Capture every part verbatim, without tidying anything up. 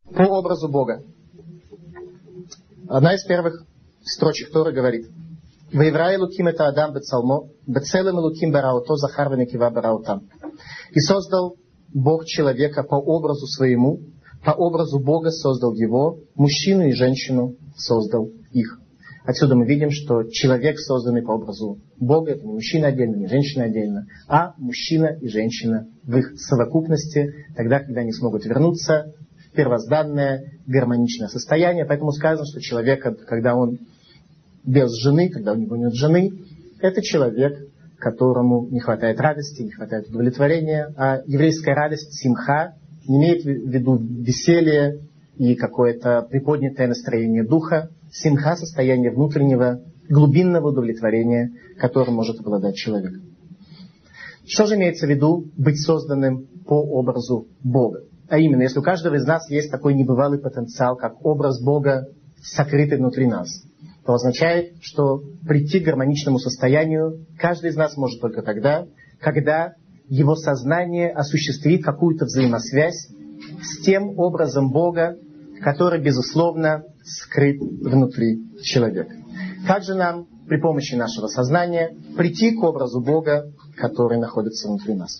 По образу Бога. Одна из первых строчек Торы говорит: «Ваивра Элоким это Адам бецалмо, бецелем Элоким бараото захар венекива бараотам». И создал Бог человека по образу своему, по образу Бога создал его, мужчину и женщину создал их. Отсюда мы видим, что человек, созданный по образу Бога, это не мужчина отдельно, не женщина отдельно, а мужчина и женщина в их совокупности, тогда, когда они смогут вернуться в первозданное гармоничное состояние. Поэтому сказано, что человек, когда он без жены, когда у него нет жены, это человек, которому не хватает радости, не хватает удовлетворения. А еврейская радость, симха, не имеет в виду веселье и какое-то приподнятое настроение духа. Симха — состояние внутреннего, глубинного удовлетворения, которым может обладать человек. Что же имеется в виду быть созданным по образу Бога? А именно, если у каждого из нас есть такой небывалый потенциал, как образ Бога, сокрытый внутри нас, то означает, что прийти к гармоничному состоянию каждый из нас может только тогда, когда его сознание осуществит какую-то взаимосвязь с тем образом Бога, который, безусловно, скрыт внутри человека. Как же нам при помощи нашего сознания прийти к образу Бога, который находится внутри нас?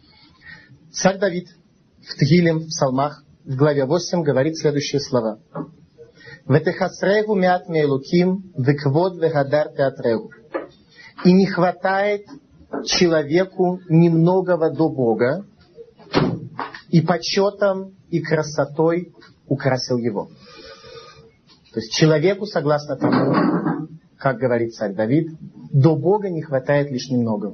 Царь Давид в Тегилим, в Псалмах, в главе восемь говорит следующие слова: «Ветехасрегу мят мейлуким веквод вегадар театрегу». И не хватает человеку немногого до Бога, и почетом, и красотой украсил его. То есть человеку, согласно тому, как говорит царь Давид, до Бога не хватает лишь немного.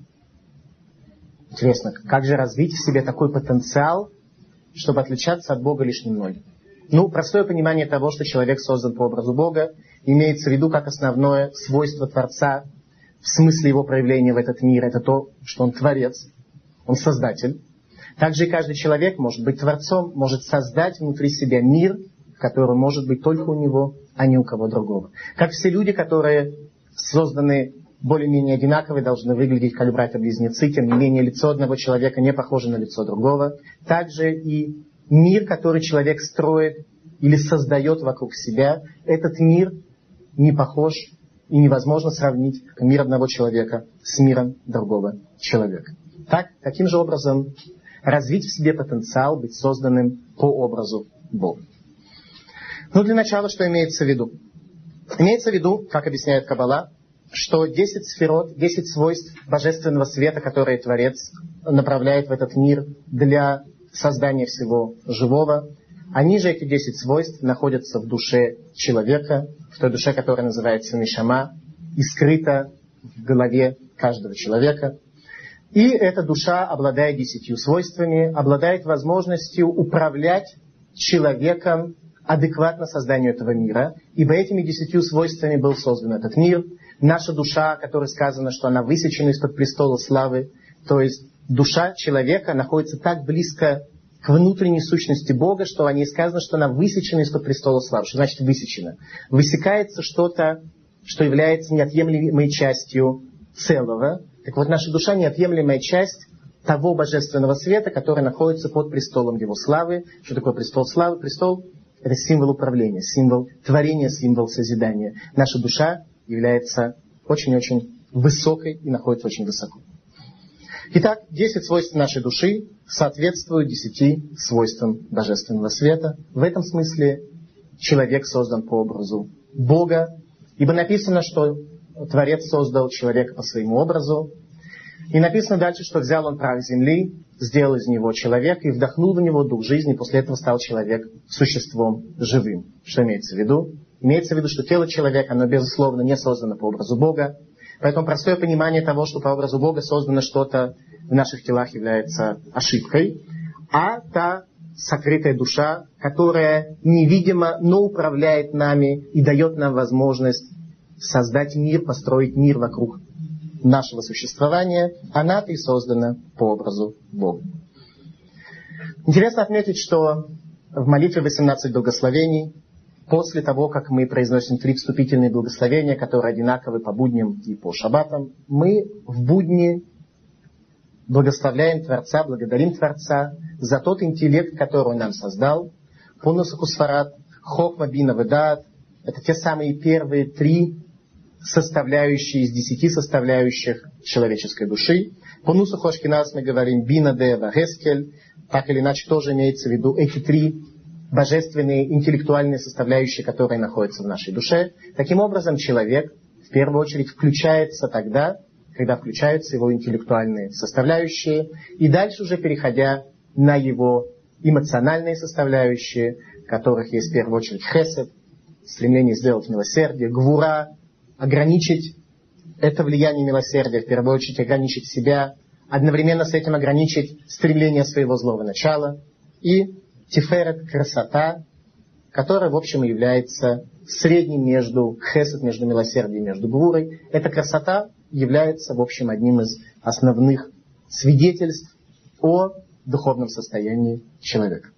Интересно, как же развить в себе такой потенциал, чтобы отличаться от Бога лишь немного? Ну, простое понимание того, что человек создан по образу Бога, имеется в виду как основное свойство Творца, в смысле его проявления в этот мир, это то, что он Творец, он Создатель. Также и каждый человек может быть Творцом, может создать внутри себя мир, который может быть только у него, а не у кого другого. Как все люди, которые созданы более-менее одинаковые, должны выглядеть как братья-близнецы, тем не менее лицо одного человека не похоже на лицо другого. Также и мир, который человек строит или создает вокруг себя, этот мир не похож и невозможно сравнить мир одного человека с миром другого человека. Так, таким же образом развить в себе потенциал быть созданным по образу Бога. Ну, для начала, что имеется в виду? Имеется в виду, как объясняет Каббала, что десять сферот, десять свойств божественного света, которые Творец направляет в этот мир для создания всего живого, они же, эти десять свойств, находятся в душе человека, в той душе, которая называется нешама, и скрыта в голове каждого человека. И эта душа, обладая десятью свойствами, обладает возможностью управлять человеком адекватно созданию этого мира, ибо этими десятью свойствами был создан этот мир. Наша душа, о которой сказано, что она высечена из-под престола славы, то есть душа человека находится так близко к внутренней сущности Бога, что о ней сказано, что она высечена из-под престола славы. Что значит высечена? Высекается что-то, что является неотъемлемой частью целого. Так вот, наша душа — неотъемлемая часть того божественного света, который находится под престолом его славы. Что такое престол славы? Престол — это символ управления, символ творения, символ созидания. Наша душа является очень-очень высокой и находится очень высоко. Итак, десять свойств нашей души соответствуют десяти свойствам божественного света. В этом смысле человек создан по образу Бога, ибо написано, что Творец создал человека по своему образу. И написано дальше, что взял он прах земли, сделал из него человека и вдохнул в него дух жизни, и после этого стал человек существом живым. Что имеется в виду? Имеется в виду, что тело человека, оно, безусловно, не создано по образу Бога. Поэтому простое понимание того, что по образу Бога создано что-то в наших телах, является ошибкой. А та сокрытая душа, которая невидимо, но управляет нами и дает нам возможность создать мир, построить мир вокруг нашего существования, она-то и создана по образу Бога. Интересно отметить, что в молитве восемнадцать благословений, после того, как мы произносим три вступительные благословения, которые одинаковы по будням и по шаббатам, мы в будни благословляем Творца, благодарим Творца за тот интеллект, который Он нам создал, по нусаху Сфарад, Хохма, Бина, Ведат. Это те самые первые три составляющие из десяти составляющих человеческой души. По нусаху Ашкеназ мы говорим Бина, Дева, Гескель. Так или иначе тоже имеется в виду эти три божественные интеллектуальные составляющие, которые находятся в нашей душе. Таким образом, человек в первую очередь включается тогда, когда включаются его интеллектуальные составляющие, и дальше уже переходя на его эмоциональные составляющие, в которых есть в первую очередь хесед, стремление сделать милосердие, гвура, ограничить это влияние милосердия, в первую очередь ограничить себя, одновременно с этим ограничить стремление своего злого начала, и тиферет, красота, которая, в общем, является средним между хесед, между милосердием, между гвурой. Эта красота является, в общем, одним из основных свидетельств о духовном состоянии человека.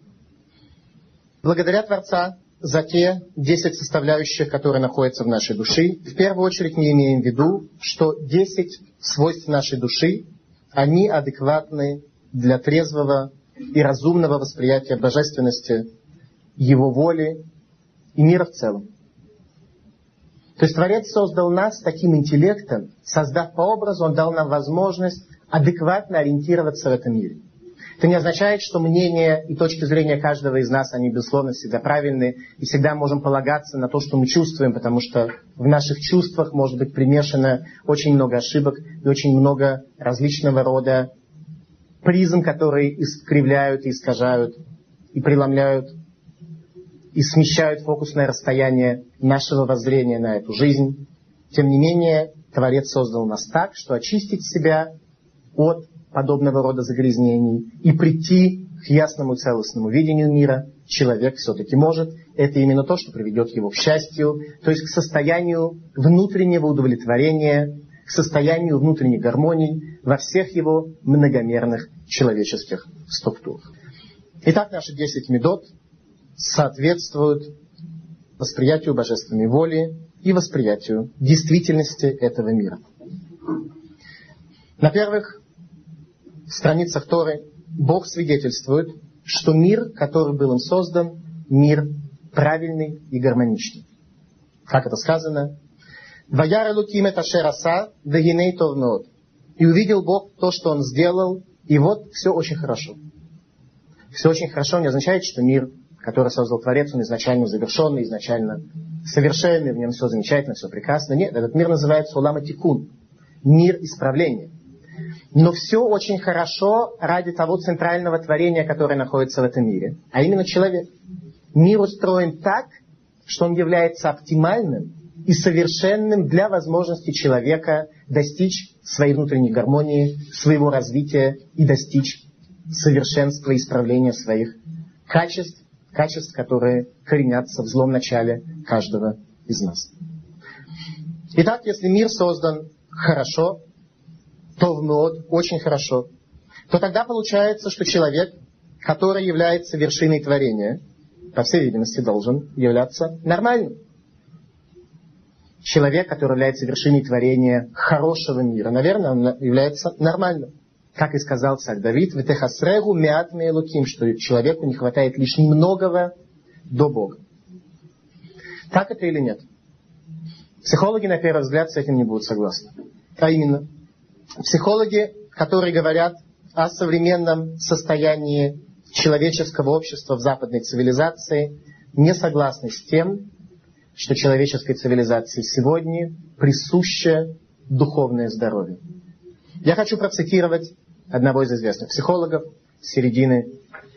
Благодаря Творца за те десять составляющих, которые находятся в нашей душе, в первую очередь мы имеем в виду, что десять свойств нашей души, они адекватны для трезвого и разумного восприятия божественности, его воли и мира в целом. То есть Творец создал нас таким интеллектом, создав по образу, Он дал нам возможность адекватно ориентироваться в этом мире. Это не означает, что мнение и точки зрения каждого из нас, они, безусловно, всегда правильны, и всегда можем полагаться на то, что мы чувствуем, потому что в наших чувствах может быть примешано очень много ошибок и очень много различного рода призм, которые искривляют и искажают, и преломляют, и смещают фокусное расстояние нашего воззрения на эту жизнь. Тем не менее, Творец создал нас так, что очистить себя от подобного рода загрязнений и прийти к ясному целостному видению мира человек все-таки может. Это именно то, что приведет его к счастью, то есть к состоянию внутреннего удовлетворения, к состоянию внутренней гармонии во всех его многомерных человеческих структурах. Итак, наши десять медот соответствуют восприятию божественной воли и восприятию действительности этого мира. На первых страницах Торы Бог свидетельствует, что мир, который был им создан, мир правильный и гармоничный. Как это сказано? «Ваяр элуким эт ашер аса, вегиней тов меод». И увидел Бог то, что Он сделал, и вот все очень хорошо. Все очень хорошо не означает, что мир, который создал Творец, он изначально завершенный, изначально совершенный, в нем все замечательно, все прекрасно. Нет, этот мир называется улам тикун, мир исправления. Но все очень хорошо ради того центрального творения, которое находится в этом мире, а именно человек. Мир устроен так, что он является оптимальным и совершенным для возможности человека достичь своей внутренней гармонии, своего развития и достичь совершенства и исправления своих качеств, качеств, которые коренятся в злом начале каждого из нас. Итак, если мир создан хорошо, то в мод очень хорошо, то тогда получается, что человек, который является вершиной творения, по всей видимости, должен являться нормальным. Человек, который является вершиной творения хорошего мира, наверное, он является нормальным. Как и сказал царь Давид, «Ветехасрегу меат меэлуким», что человеку не хватает лишь немногого до Бога. Так это или нет? Психологи, на первый взгляд, с этим не будут согласны. А именно, психологи, которые говорят о современном состоянии человеческого общества в западной цивилизации, не согласны с тем, что человеческой цивилизации сегодня присуще духовное здоровье. Я хочу процитировать одного из известных психологов середины,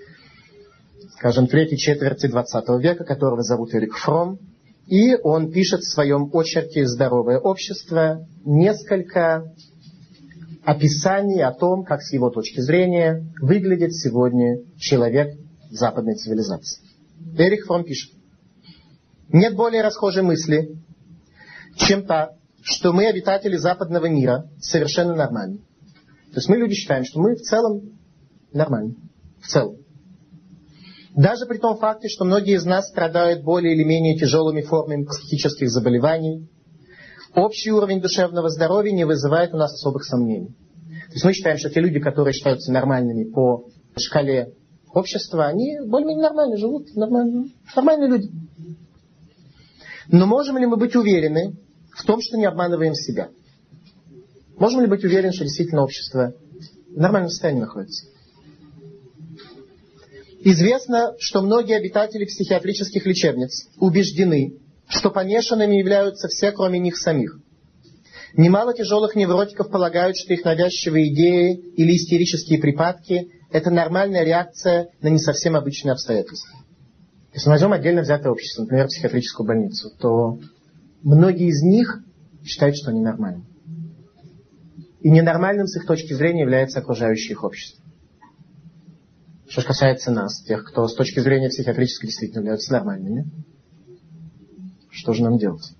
скажем, третьей четверти двадцатого века, которого зовут Эрик Фром. И он пишет в своем очерке «Здоровое общество» несколько описаний о том, как с его точки зрения выглядит сегодня человек в западной цивилизации. Эрик Фром пишет: «Нет более расхожей мысли, чем та, что мы, обитатели западного мира, совершенно нормальны». То есть мы, люди, считаем, что мы в целом нормальны. В целом. Даже при том факте, что многие из нас страдают более или менее тяжелыми формами психических заболеваний, общий уровень душевного здоровья не вызывает у нас особых сомнений. То есть мы считаем, что те люди, которые считаются нормальными по шкале общества, они более-менее нормально живут, нормально, нормальные люди. Но можем ли мы быть уверены в том, что не обманываем себя? Можем ли быть уверены, что действительно общество в нормальном состоянии находится? Известно, что многие обитатели психиатрических лечебниц убеждены, что помешанными являются все, кроме них самих. Немало тяжелых невротиков полагают, что их навязчивые идеи или истерические припадки – это нормальная реакция на не совсем обычные обстоятельства. Если мы возьмем отдельно взятое общество, например, психиатрическую больницу, то многие из них считают, что они нормальны. И ненормальным с их точки зрения является окружающее их общество. Что же касается нас, тех, кто с точки зрения психиатрической действительно являются нормальными, что же нам делать?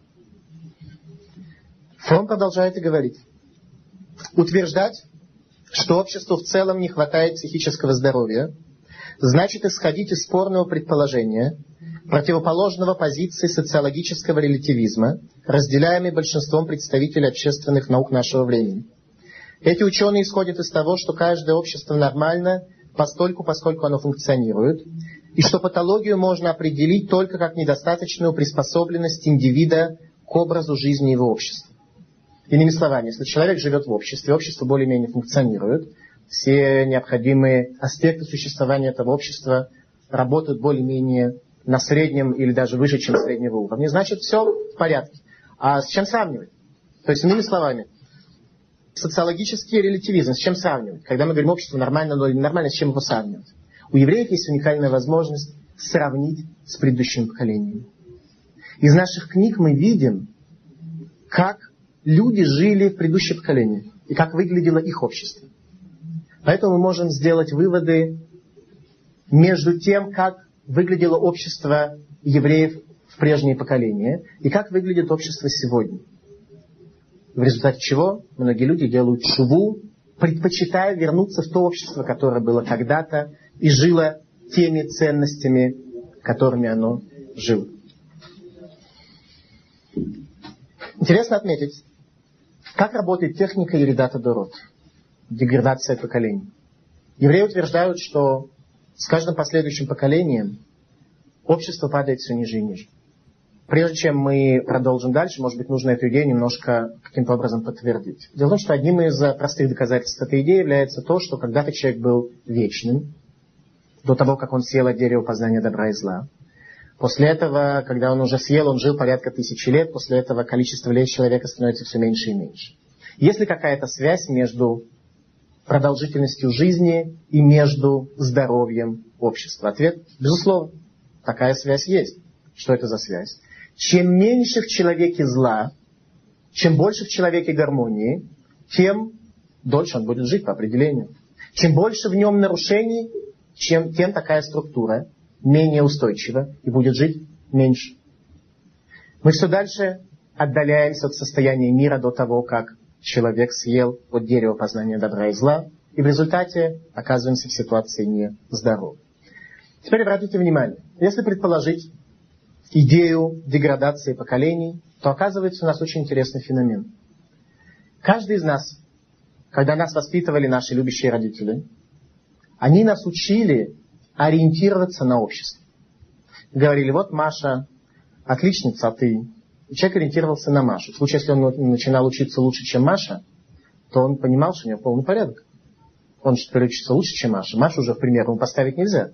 Фром продолжает и говорит: утверждать, что обществу в целом не хватает психического здоровья, значит исходить из спорного предположения, противоположного позиции социологического релятивизма, разделяемой большинством представителей общественных наук нашего времени. Эти ученые исходят из того, что каждое общество нормально постольку, поскольку оно функционирует, и что патологию можно определить только как недостаточную приспособленность индивида к образу жизни его общества. Иными словами, если человек живет в обществе, общество более-менее функционирует, все необходимые аспекты существования этого общества работают более-менее на среднем или даже выше, чем среднего уровня, значит, все в порядке. А с чем сравнивать? То есть, иными словами, социологический релятивизм, с чем сравнивать? Когда мы говорим, общество нормально, но или ненормально, с чем его сравнивать? У евреев есть уникальная возможность сравнить с предыдущими поколениями. Из наших книг мы видим, как люди жили в предыдущее поколение и как выглядело их общество. Поэтому мы можем сделать выводы между тем, как выглядело общество евреев в прежние поколения и как выглядит общество сегодня. В результате чего многие люди делают шуву, предпочитая вернуться в то общество, которое было когда-то и жило теми ценностями, которыми оно жило. Интересно отметить, как работает техника Ередат Адорот, деградация поколений. Евреи утверждают, что с каждым последующим поколением общество падает все ниже и ниже. Прежде чем мы продолжим дальше, может быть, нужно эту идею немножко каким-то образом подтвердить. Дело в том, что одним из простых доказательств этой идеи является то, что когда-то человек был вечным, до того, как он съел от дерева познания добра и зла. После этого, когда он уже съел, он жил порядка тысячи лет, после этого количество лет человека становится все меньше и меньше. Есть ли какая-то связь между продолжительностью жизни и между здоровьем общества? Ответ – безусловно. Такая связь есть. Что это за связь? Чем меньше в человеке зла, чем больше в человеке гармонии, тем дольше он будет жить по определению. Чем больше в нем нарушений, чем, тем такая структура менее устойчива и будет жить меньше. Мы все дальше отдаляемся от состояния мира до того, как человек съел от дерева познания добра и зла, и в результате оказываемся в ситуации нездоровой. Теперь обратите внимание, если предположить идею деградации поколений, то оказывается у нас очень интересный феномен. Каждый из нас, когда нас воспитывали наши любящие родители, они нас учили ориентироваться на общество. Говорили, вот Маша отличница, а ты... И человек ориентировался на Машу. В случае, если он начинал учиться лучше, чем Маша, то он понимал, что у него полный порядок. Он теперь учится лучше, чем Маша. Машу уже в пример ему поставить нельзя.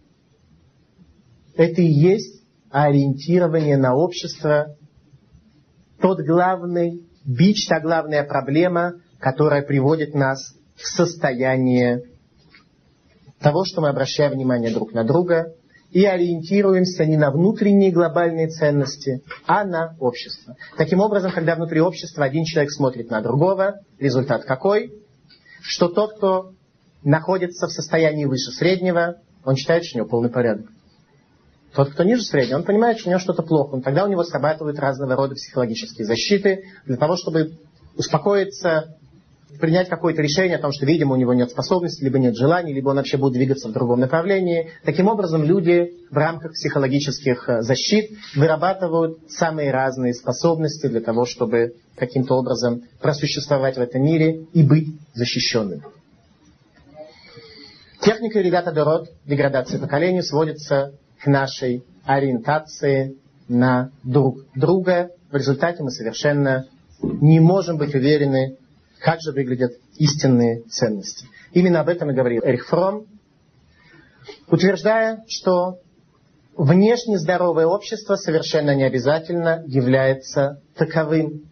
Это и есть ориентирование на общество, тот главный бич, та главная проблема, которая приводит нас в состояние того, что мы обращаем внимание друг на друга и ориентируемся не на внутренние глобальные ценности, а на общество. Таким образом, когда внутри общества один человек смотрит на другого, результат какой? Что тот, кто находится в состоянии выше среднего, он считает, что у него полный порядок. Тот, кто ниже среднего, он понимает, что у него что-то плохо. Но тогда у него срабатывают разного рода психологические защиты для того, чтобы успокоиться, принять какое-то решение о том, что, видимо, у него нет способности, либо нет желания, либо он вообще будет двигаться в другом направлении. Таким образом, люди в рамках психологических защит вырабатывают самые разные способности для того, чтобы каким-то образом просуществовать в этом мире и быть защищенным. Техника Ередат Адорот, деградации поколений, сводится к нашей ориентации на друг друга. В результате мы совершенно не можем быть уверены, как же выглядят истинные ценности. Именно об этом и говорил Эрих Фром, утверждая, что внешне здоровое общество совершенно не обязательно является таковым.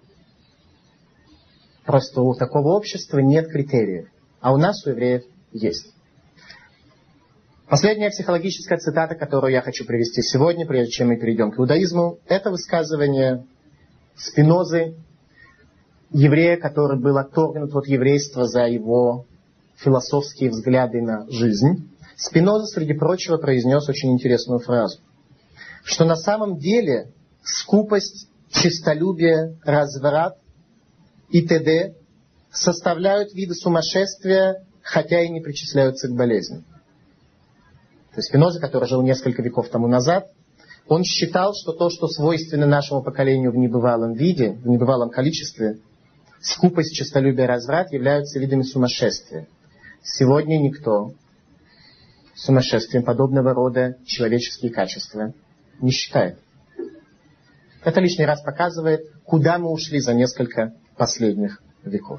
Просто у такого общества нет критериев, а у нас, у евреев, есть. Последняя психологическая цитата, которую я хочу привести сегодня, прежде чем мы перейдем к иудаизму, это высказывание Спинозы, еврея, который был отторгнут от еврейства за его философские взгляды на жизнь. Спиноза, среди прочего, произнес очень интересную фразу, что на самом деле скупость, честолюбие, разврат и т.д. составляют виды сумасшествия, хотя и не причисляются к болезни. То есть Спиноза, который жил несколько веков тому назад, он считал, что то, что свойственно нашему поколению в небывалом виде, в небывалом количестве, скупость, честолюбие, разврат, являются видами сумасшествия. Сегодня никто сумасшествием подобного рода человеческие качества не считает. Это лишний раз показывает, куда мы ушли за несколько последних веков.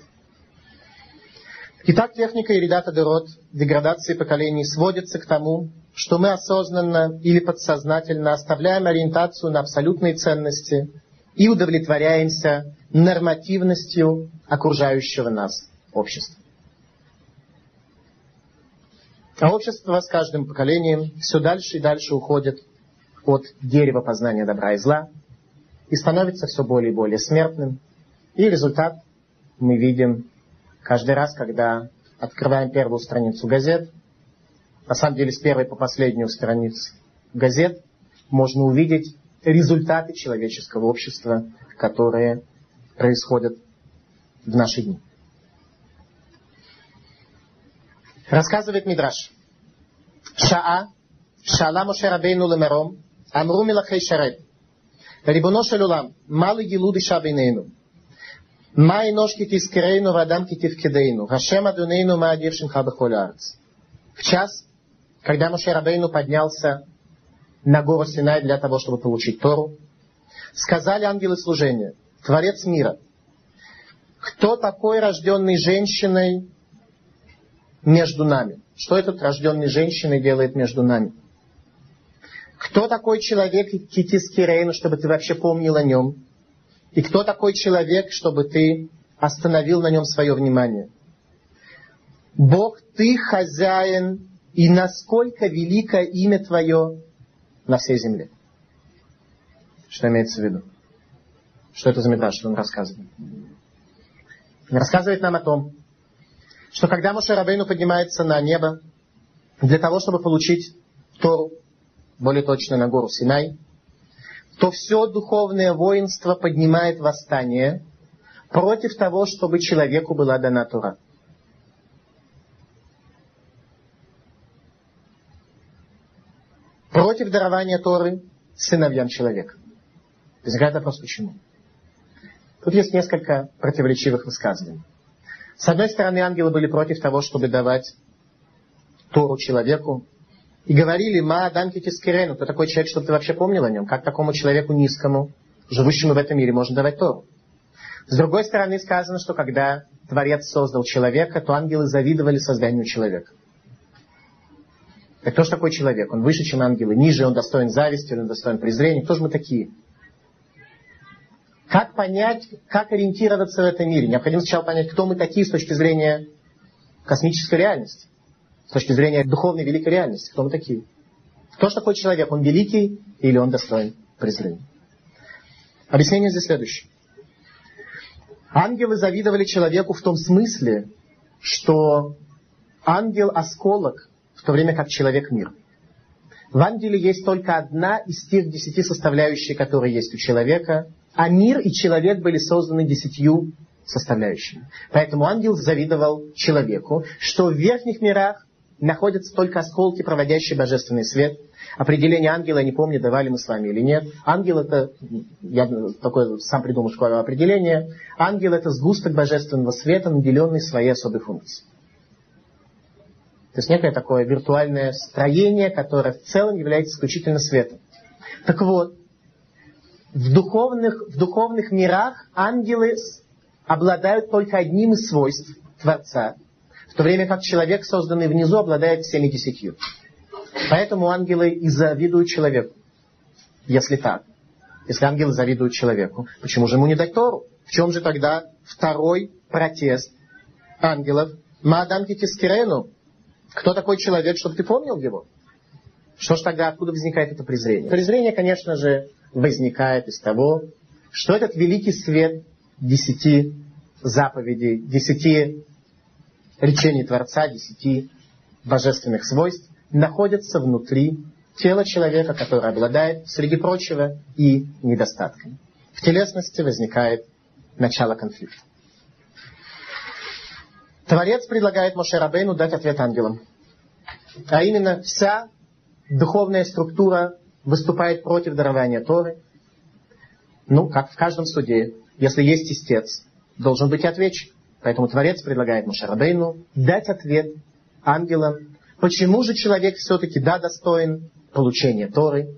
Итак, техника Ередат Адорот, деградации поколений, сводится к тому, что мы осознанно или подсознательно оставляем ориентацию на абсолютные ценности и удовлетворяемся нормативностью окружающего нас общества. А общество с каждым поколением все дальше и дальше уходит от дерева познания добра и зла и становится все более и более смертным. И результат мы видим каждый раз, когда открываем первую страницу газет. На самом деле, с первой по последнюю страницу газет можно увидеть результаты человеческого общества, которые происходят в наши дни. Рассказывает Мидраш. Шаа, шала Моше Рабейну лемером, амру милахей шарет. Рибоно шель улам, малы гилуд иша бейнейну. Ма энош ки тискерейну, вадам ки тивкедейну. Хашем адунейну ма адир шимха бехоль аарец. В час, когда Моше Рабейну поднялся на гору Синай для того, чтобы получить Тору, сказали ангелы служения: Творец мира, кто такой рожденный женщиной между нами? Что этот рожденный женщиной делает между нами? Кто такой человек Китискирейну, чтобы ты вообще помнил о нем? И кто такой человек, чтобы ты остановил на нем свое внимание? Бог, ты хозяин, и насколько велико имя твое на всей земле. Что имеется в виду? Что это за мидраш, что он рассказывает? Он рассказывает нам о том, что когда Моше Рабейну поднимается на небо для того, чтобы получить Тору, более точно на гору Синай, то все духовное воинство поднимает восстание против того, чтобы человеку была дана Тора. Против дарования Торы сыновьям человека. Возникает вопрос, почему? Тут есть несколько противоречивых высказываний. С одной стороны, ангелы были против того, чтобы давать Тору человеку. И говорили: «Ма адам ки тискирейну», кто такой человек, чтобы ты вообще помнил о нем? Как такому человеку низкому, живущему в этом мире, можно давать Тору? С другой стороны, сказано, что когда Творец создал человека, то ангелы завидовали созданию человека. Так кто же такой человек? Он выше, чем ангелы, ниже, он достоин зависти, он достоин презрения. Кто же мы такие? Как понять, как ориентироваться в этом мире? Необходимо сначала понять, кто мы такие с точки зрения космической реальности, с точки зрения духовной великой реальности. Кто мы такие? Кто же такой человек? Он великий или он достоин презрения? Объяснение здесь следующее. Ангелы завидовали человеку в том смысле, что ангел – осколок, в то время как человек – мир. В ангеле есть только одна из тех десяти составляющих, которые есть у человека, а мир и человек были созданы десятью составляющими. Поэтому ангел завидовал человеку, что в верхних мирах находятся только осколки, проводящие божественный свет. Определение ангела, я не помню, давали мы с вами или нет. Ангел это, я такое сам придумал школьное определение, ангел это сгусток божественного света, наделенный своей особой функцией. То есть некое такое виртуальное строение, которое в целом является исключительно светом. Так вот, в духовных, в духовных мирах ангелы обладают только одним из свойств Творца, в то время как человек, созданный внизу, обладает всеми десятью. Поэтому ангелы и завидуют человеку. Если так. Если ангелы завидуют человеку, почему же ему не дать Тору? В чем же тогда второй протест ангелов? Маадам китискирену. Кто такой человек, чтобы ты помнил его? Что ж тогда, откуда возникает это презрение? Презрение, конечно же, возникает из того, что этот великий свет десяти заповедей, десяти речений Творца, десяти божественных свойств находится внутри тела человека, который обладает, среди прочего, и недостатками. В телесности возникает начало конфликта. Творец предлагает Моше Рабейну дать ответ ангелам. А именно, вся духовная структура выступает против дарования Торы. Ну, как в каждом суде, если есть истец, должен быть и ответчик. Поэтому Творец предлагает Моше Рабейну дать ответ ангелам, почему же человек все-таки да достоин получения Торы.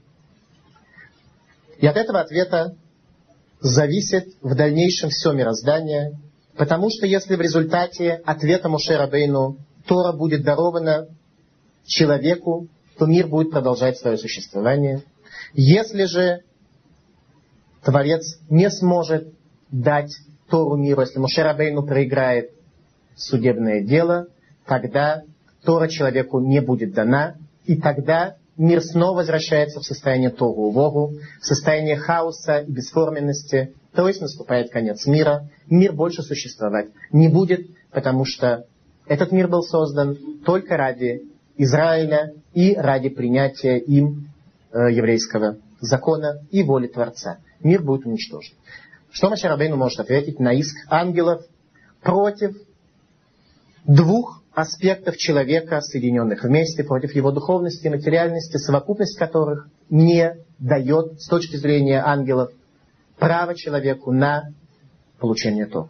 И от этого ответа зависит в дальнейшем все мироздание, потому что если в результате ответа Моше Рабейну Тора будет дарована человеку, то мир будет продолжать свое существование. Если же Творец не сможет дать Тору миру, если Моше Рабейну проиграет судебное дело, тогда Тора человеку не будет дана, и тогда мир снова возвращается в состояние тогу-вогу, в состояние хаоса и бесформенности, то есть наступает конец мира. Мир больше существовать не будет, потому что этот мир был создан только ради Израиля и ради принятия им э, еврейского закона и воли Творца. Мир будет уничтожен. Что Моше Рабейну может ответить на иск ангелов против двух аспектов человека, соединенных вместе, против его духовности и материальности, совокупность которых не дает, с точки зрения ангелов, право человеку на получение Торы.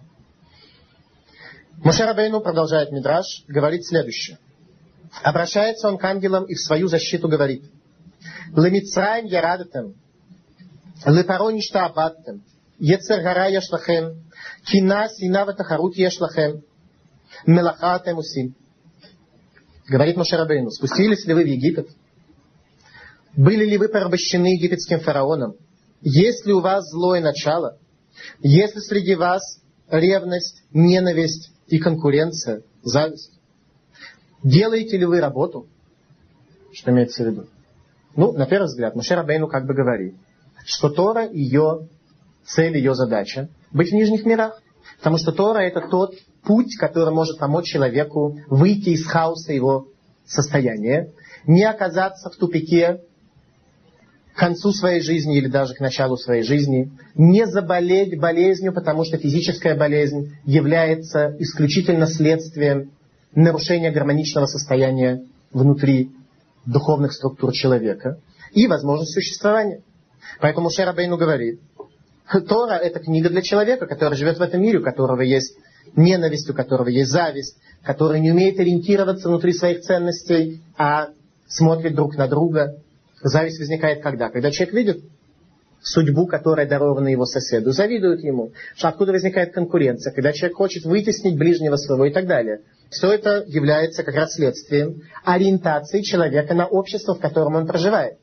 Моше Рабейну, продолжает Мидраш, говорит следующее. Обращается он к ангелам и в свою защиту говорит: «Лемицраим ярадатем, лепаро ништаабаттем, ецер гара яшлахем, кина сина ватахарут яшлахем, мелахатем усим». Говорит Моше Рабейну: спустились ли вы в Египет? Были ли вы порабощены египетским фараоном? Есть ли у вас злое начало? Есть ли среди вас ревность, ненависть и конкуренция, зависть? Делаете ли вы работу? Что имеется в виду? Ну, на первый взгляд, Моше Рабейну как бы говорит, что Тора, ее цель, ее задача быть в нижних мирах. Потому что Тора — это тот путь, который может помочь человеку выйти из хаоса его состояния, не оказаться в тупике к концу своей жизни или даже к началу своей жизни, не заболеть болезнью, потому что физическая болезнь является исключительно следствием нарушения гармоничного состояния внутри духовных структур человека и возможность существования. Поэтому Моше Рабейну говорит, Тора — это книга для человека, который живет в этом мире, у которого есть ненависть, у которого есть зависть, который не умеет ориентироваться внутри своих ценностей, а смотрит друг на друга. Зависть возникает когда? Когда человек видит судьбу, которая дарована его соседу, завидует ему. Откуда возникает конкуренция? Когда человек хочет вытеснить ближнего своего и так далее. Все это является как раз следствием ориентации человека на общество, в котором он проживает.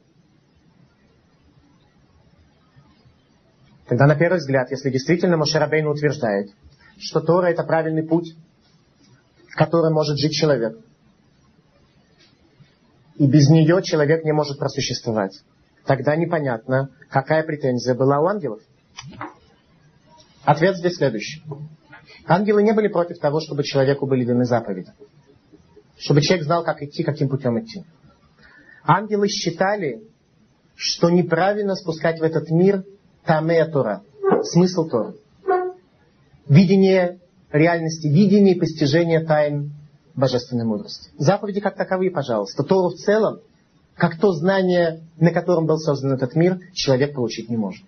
Тогда на первый взгляд, если действительно Моше Рабейну утверждает, что Тора — это правильный путь, в котором может жить человек, и без нее человек не может просуществовать, тогда непонятно, какая претензия была у ангелов. Ответ здесь следующий. Ангелы не были против того, чтобы человеку были даны заповеди, чтобы человек знал, как идти, каким путем идти. Ангелы считали, что неправильно спускать в этот мир тамея Тора, смысл Торы. Видение реальности, видение и постижение тайн божественной мудрости. Заповеди как таковые, пожалуйста. Тору в целом, как то знание, на котором был создан этот мир, человек получить не может.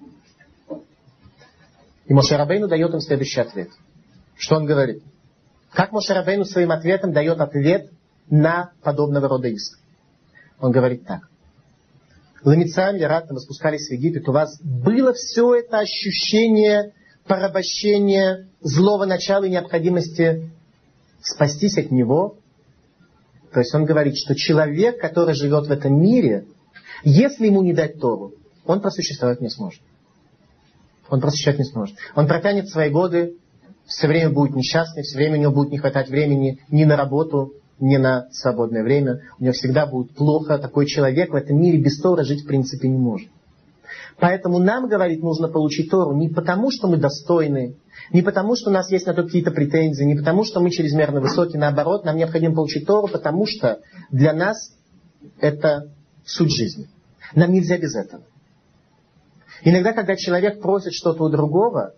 И Моше Рабейну дает им следующий ответ. Что он говорит? Как Моше Рабейну своим ответом дает ответ на подобного рода иск. Он говорит так. Ламицаем, вероятно, вы спускались в Египет, у вас было все это ощущение порабощения, злого начала и необходимости спастись от него. То есть он говорит, что человек, который живет в этом мире, если ему не дать Тору, он просуществовать не сможет. Он просуществовать не сможет. Он протянет свои годы, все время будет несчастный, все время у него будет не хватать времени ни на работу, ни на свободное время. У него всегда будет плохо. Такой человек в этом мире без Торы жить в принципе не может. Поэтому нам, говорит, нужно получить Тору не потому, что мы достойны, не потому, что у нас есть на то какие-то претензии, не потому, что мы чрезмерно высокие. Наоборот, нам необходимо получить Тору, потому что для нас это суть жизни. Нам нельзя без этого. Иногда, когда человек просит что-то у другого,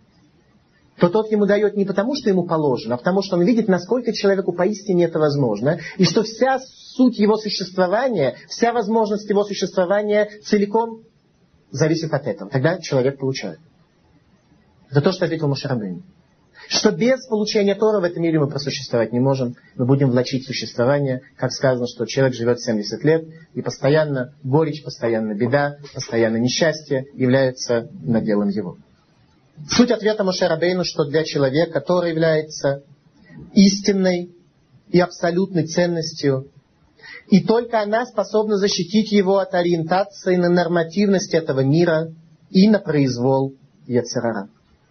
то тот ему дает не потому, что ему положено, а потому, что он видит, насколько человеку поистине это возможно, и что вся суть его существования, вся возможность его существования целиком зависит от этого. Тогда человек получает. Это то, что ответил Моше Рабейну. Что без получения Торы в этом мире мы просуществовать не можем. Мы будем влачить существование. Как сказано, что человек живет семьдесят лет, и постоянно горечь, постоянно беда, постоянно несчастье является наделом его. Суть ответа Моше Рабейну, что для человека, который является истинной и абсолютной ценностью, и только она способна защитить его от ориентации на нормативность этого мира и на произвол йецер ара.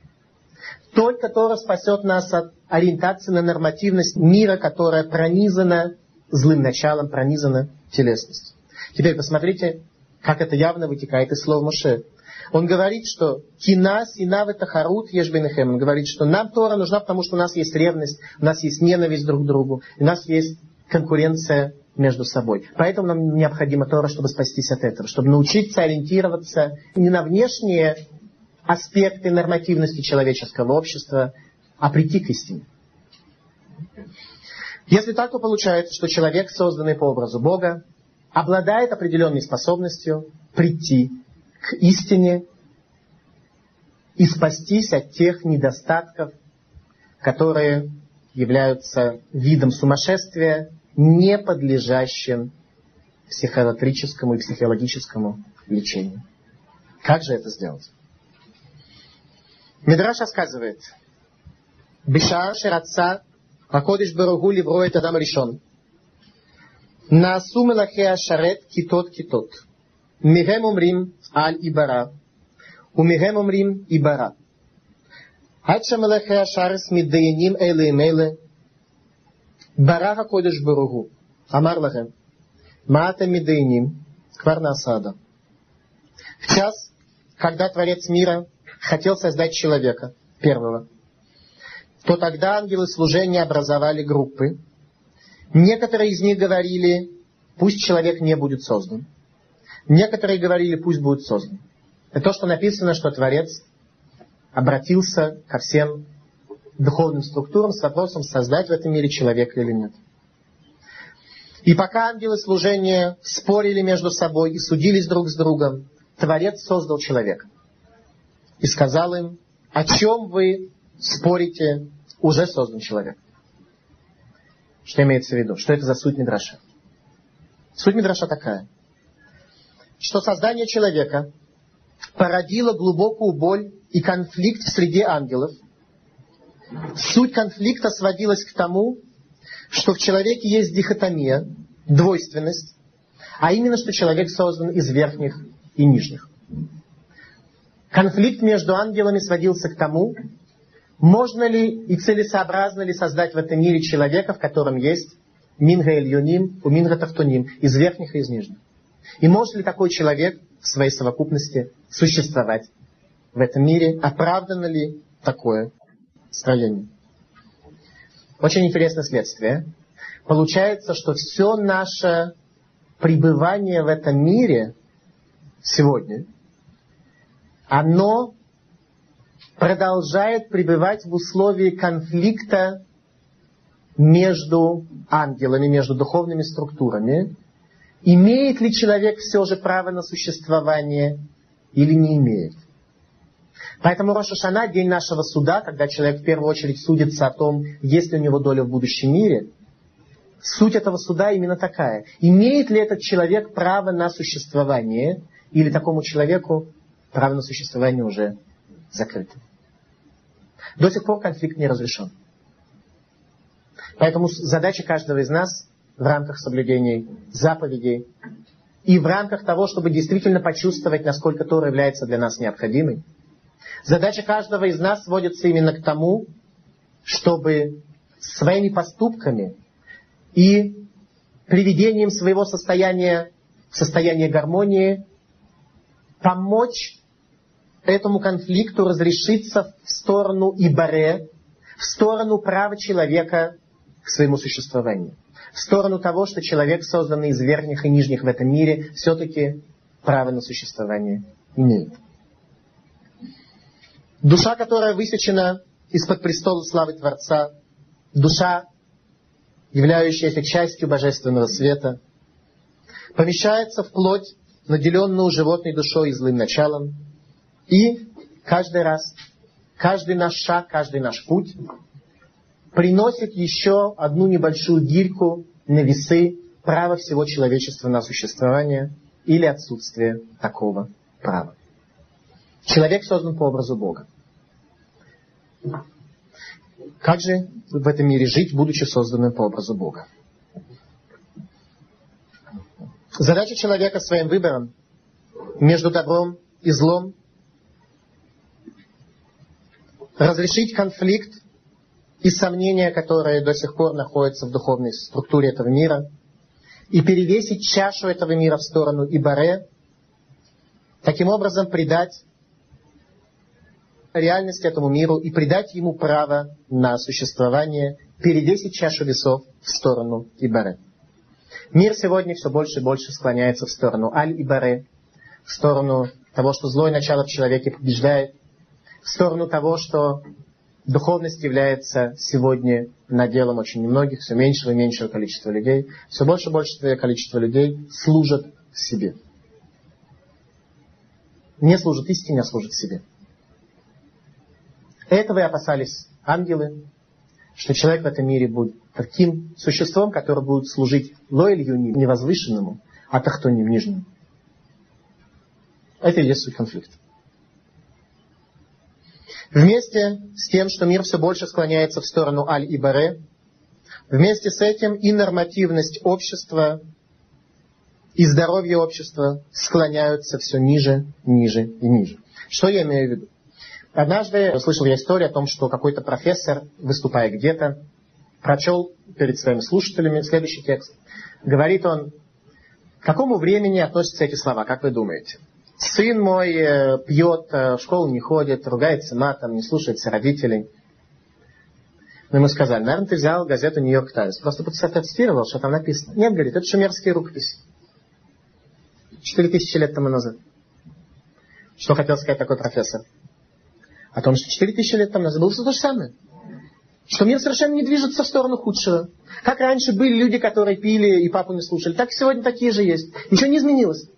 Только Тора спасет нас от ориентации на нормативность мира, которая пронизана злым началом, пронизана телесностью. Теперь посмотрите, как это явно вытекает из слов Моше. Он говорит, что «Кина, сина, ветахарут, еш бейнехем». Он говорит, что нам Тора нужна, потому что у нас есть ревность, у нас есть ненависть друг к другу, у нас есть конкуренция между собой. Поэтому нам необходима Тора, чтобы спастись от этого, чтобы научиться ориентироваться не на внешние аспекты нормативности человеческого общества, а прийти к истине. Если так, то получается, что человек, созданный по образу Бога, обладает определенной способностью прийти к истине и спастись от тех недостатков, которые являются видом сумасшествия, не подлежащим психиатрическому и психологическому лечению. Как же это сделать? Мидраш рассказывает: «Бишар шераца акодиш баругу левро эт адам ришон. Наасу мелахе ашарет китот китот. Мигем умрим аль ибара. Умигем умрим ибара. Ача мелахе ашарес миддаяним эле эмеле. Барах акодиш баругу. Амар лахем. Маата миддаяним квар наасада». В час, когда Творец мира хотел создать человека, первого, то тогда ангелы служения образовали группы. Некоторые из них говорили, пусть человек не будет создан. Некоторые говорили, пусть будет создан. Это то, что написано, что Творец обратился ко всем духовным структурам с вопросом, создать в этом мире человека или нет. И пока ангелы служения спорили между собой и судились друг с другом, Творец создал человека. И сказал им, о чем вы спорите, уже создан человек. Что имеется в виду? Что это за суть Мидраша? Суть Мидраша такая, что создание человека породило глубокую боль и конфликт в среде ангелов. Суть конфликта сводилась к тому, что в человеке есть дихотомия, двойственность, а именно, что человек создан из верхних и нижних. Конфликт между ангелами сводился к тому, можно ли и целесообразно ли создать в этом мире человека, в котором есть минга эльюним, у минга тафтуним, из верхних и из нижних. И может ли такой человек в своей совокупности существовать в этом мире? Оправдано ли такое строение? Очень интересное следствие. Получается, что все наше пребывание в этом мире сегодня, оно продолжает пребывать в условии конфликта между ангелами, между духовными структурами. Имеет ли человек все же право на существование или не имеет? Поэтому Рош ха-Шана, день нашего суда, когда человек в первую очередь судится о том, есть ли у него доля в будущем мире, Суть этого суда именно такая. Имеет ли этот человек право на существование, или такому человеку право на существование уже закрыто? До сих пор конфликт не разрешен. Поэтому задача каждого из нас в рамках соблюдения заповедей и в рамках того, чтобы действительно почувствовать, насколько Тора является для нас необходимой, задача каждого из нас сводится именно к тому, чтобы своими поступками и приведением своего состояния в состояние гармонии помочь этому конфликту разрешиться в сторону ибаре, в сторону права человека к своему существованию, в сторону того, что человек, созданный из верхних и нижних в этом мире, все-таки право на существование имеет. Душа, которая высечена из-под престола славы Творца, душа, являющаяся частью божественного света, помещается в плоть, наделенную животной душой и злым началом, и каждый раз, каждый наш шаг, каждый наш путь приносит еще одну небольшую гирьку на весы права всего человечества на существование или отсутствие такого права. Человек создан по образу Бога. Как же в этом мире жить, будучи созданным по образу Бога? Задача человека своим выбором между добром и злом разрешить конфликт и сомнения, которые до сих пор находятся в духовной структуре этого мира, и перевесить чашу этого мира в сторону ибаре, таким образом придать реальность этому миру и придать ему право на существование, перевесить чашу весов в сторону ибаре. Мир сегодня все больше и больше склоняется в сторону аль-ибаре, в сторону того, что злое начало в человеке побеждает, в сторону того, что духовность является сегодня наделом очень немногих, все меньшего и меньшего количества людей. Все больше и больше количества людей служат себе. Не служат истине, а служат себе. Этого и опасались ангелы, что человек в этом мире будет таким существом, которое будет служить лоэлью невозвышенному, а тахтоним нижнему. Это и есть суть конфликта. Вместе с тем, что мир все больше склоняется в сторону аль-ибаре, вместе с этим и нормативность общества, и здоровье общества склоняются все ниже, ниже и ниже. Что я имею в виду? Однажды слышал я историю о том, что какой-то профессор, выступая где-то, прочел перед своими слушателями следующий текст. Говорит он: к какому времени относятся эти слова, как вы думаете? Сын мой пьет, в школу не ходит, ругается матом, не слушается родителей. Мы ему сказали: наверное, ты взял газету «Нью-Йорк Таймс», просто процитировал, что там написано. Нет, говорит, это шумерские рукописи. Четыре тысячи лет тому назад. Что хотел сказать такой профессор? О том, что четыре тысячи лет тому назад было все то же самое. Что мир совершенно не движется в сторону худшего. Как раньше были люди, которые пили и папу не слушали, так и сегодня такие же есть. Ничего не изменилось.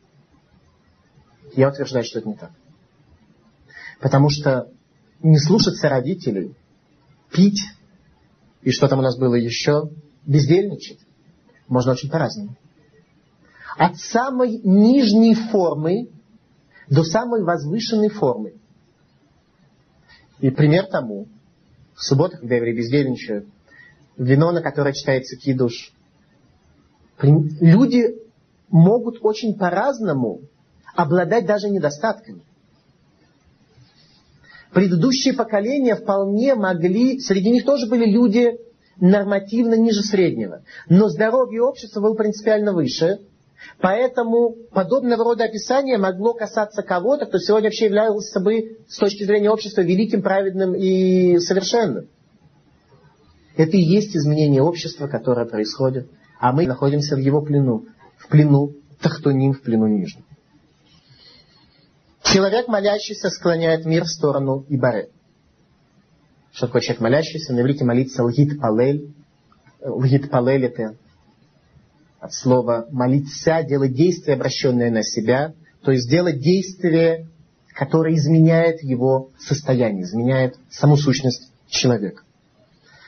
Я утверждаю, что это не так. Потому что не слушаться родителей, пить, и что там у нас было еще, бездельничать, можно очень по-разному. От самой нижней формы до самой возвышенной формы. И пример тому, в субботу, когда евреи бездельничают, вино, на которое читается кидуш, люди могут очень по-разному обладать даже недостатками. Предыдущие поколения вполне могли, среди них тоже были люди нормативно ниже среднего, но здоровье общества было принципиально выше, поэтому подобного рода описание могло касаться кого-то, кто сегодня вообще являлся бы с точки зрения общества великим, праведным и совершенным. Это и есть изменение общества, которое происходит, а мы находимся в его плену, в плену тахтоним, в плену нижнем. Человек, молящийся, склоняет мир в сторону ибаре. Что такое человек молящийся? На иврите молиться лгит палель. Лгит палель — это от слова молиться, делать действие, обращенное на себя, то есть делать действие, которое изменяет его состояние, изменяет саму сущность человека.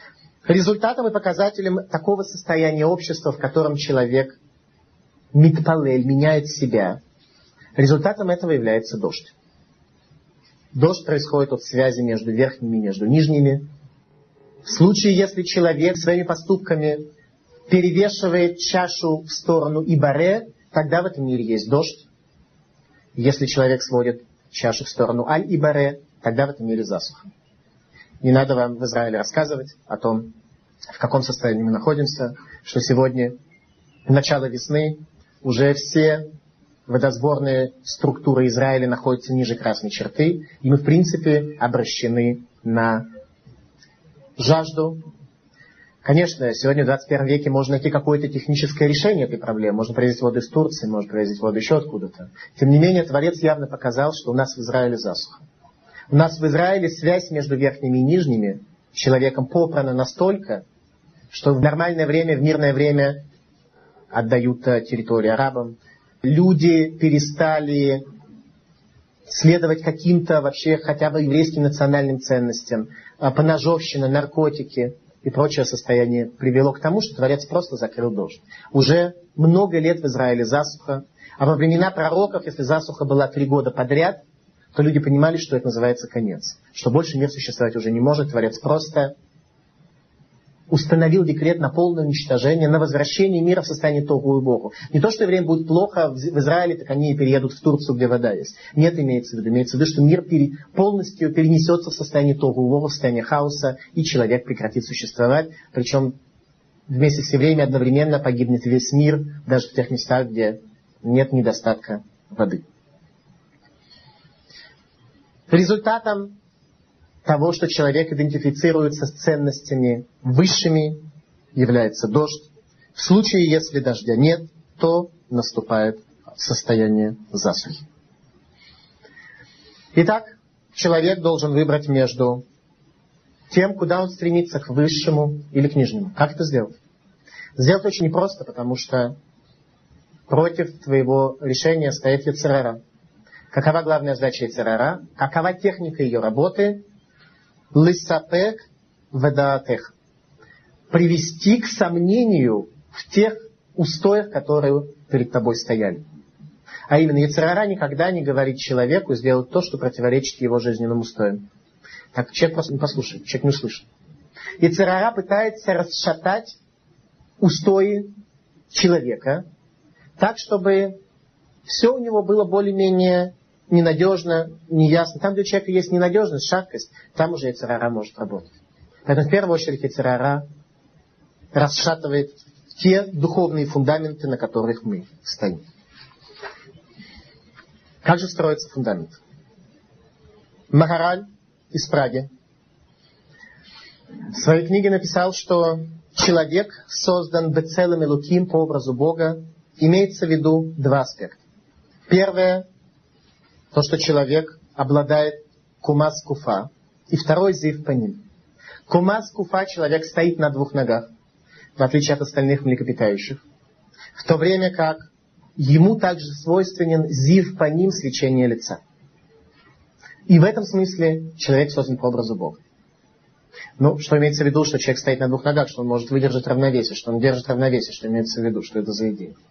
Результатом и показателем такого состояния общества, в котором человек митпалель, меняет себя, результатом этого является дождь. Дождь происходит от связи между верхними и между нижними. В случае, если человек своими поступками перевешивает чашу в сторону Ибаре, тогда в этом мире есть дождь. Если человек сводит чашу в сторону Аль-Ибаре, тогда в этом мире засуха. Не надо вам в Израиле рассказывать о том, в каком состоянии мы находимся, что сегодня, начало весны, уже все водосборные структуры Израиля находятся ниже красной черты, и мы, в принципе, обращены на жажду. Конечно, сегодня в двадцать первом веке можно найти какое-то техническое решение этой проблемы. Можно привезти воду из Турции, можно привезти воду еще откуда-то. Тем не менее, Творец явно показал, что у нас в Израиле засуха. У нас в Израиле связь между верхними и нижними человеком попрана настолько, что в нормальное время, в мирное время отдают территорию арабам. Люди перестали следовать каким-то вообще хотя бы еврейским национальным ценностям. Поножовщина, наркотики и прочее состояние привело к тому, что Творец просто закрыл дождь. Уже много лет в Израиле засуха, а во времена пророков, если засуха была три года подряд, то люди понимали, что это называется конец. Что больше мир существовать уже не может. Творец просто установил декрет на полное уничтожение, на возвращение мира в состояние тогу и богу. Не то, что евреям будет плохо в Израиле, так они переедут в Турцию, где вода есть. Нет, имеется в виду. Имеется в виду, что мир пере, полностью перенесется в состояние тогу и богу, в состояние хаоса, и человек прекратит существовать. Причем вместе с евреями одновременно погибнет весь мир, даже в тех местах, где нет недостатка воды. Результатом того, что человек идентифицируется с ценностями высшими, является дождь. В случае, если дождя нет, то наступает состояние засухи. Итак, человек должен выбрать между тем, куда он стремится, к высшему или к нижнему. Как это сделать? Сделать очень непросто, потому что против твоего решения стоит йецер гара. Какова главная задача йецер гара? Какова техника ее работы? Лисапек ведаатех. Привести к сомнению в тех устоях, которые перед тобой стояли. А именно, йецер гара никогда не говорит человеку сделать то, что противоречит его жизненным устоям. Так человек просто не послушает, человек не услышит. Йецер гара пытается расшатать устои человека так, чтобы все у него было более-менее ненадежно, неясно. Там, где у человека есть ненадежность, шаткость, там уже йецер гара может работать. Поэтому в первую очередь йецер гара расшатывает те духовные фундаменты, на которых мы стоим. Как же строится фундамент? Махараль из Праги в своей книге написал, что человек создан бецелем элоким по образу Бога. Имеется в виду два аспекта. Первое, то, что человек обладает кумас куфа. И второй зив паним. Кумас куфа, человек стоит на двух ногах, в отличие от остальных млекопитающих. В то время как ему также свойственен зив паним, свечение лица. И в этом смысле человек создан по образу Бога. Ну, что имеется в виду, что человек стоит на двух ногах, что он может выдержать равновесие, что он держит равновесие, что имеется в виду, что это за идея.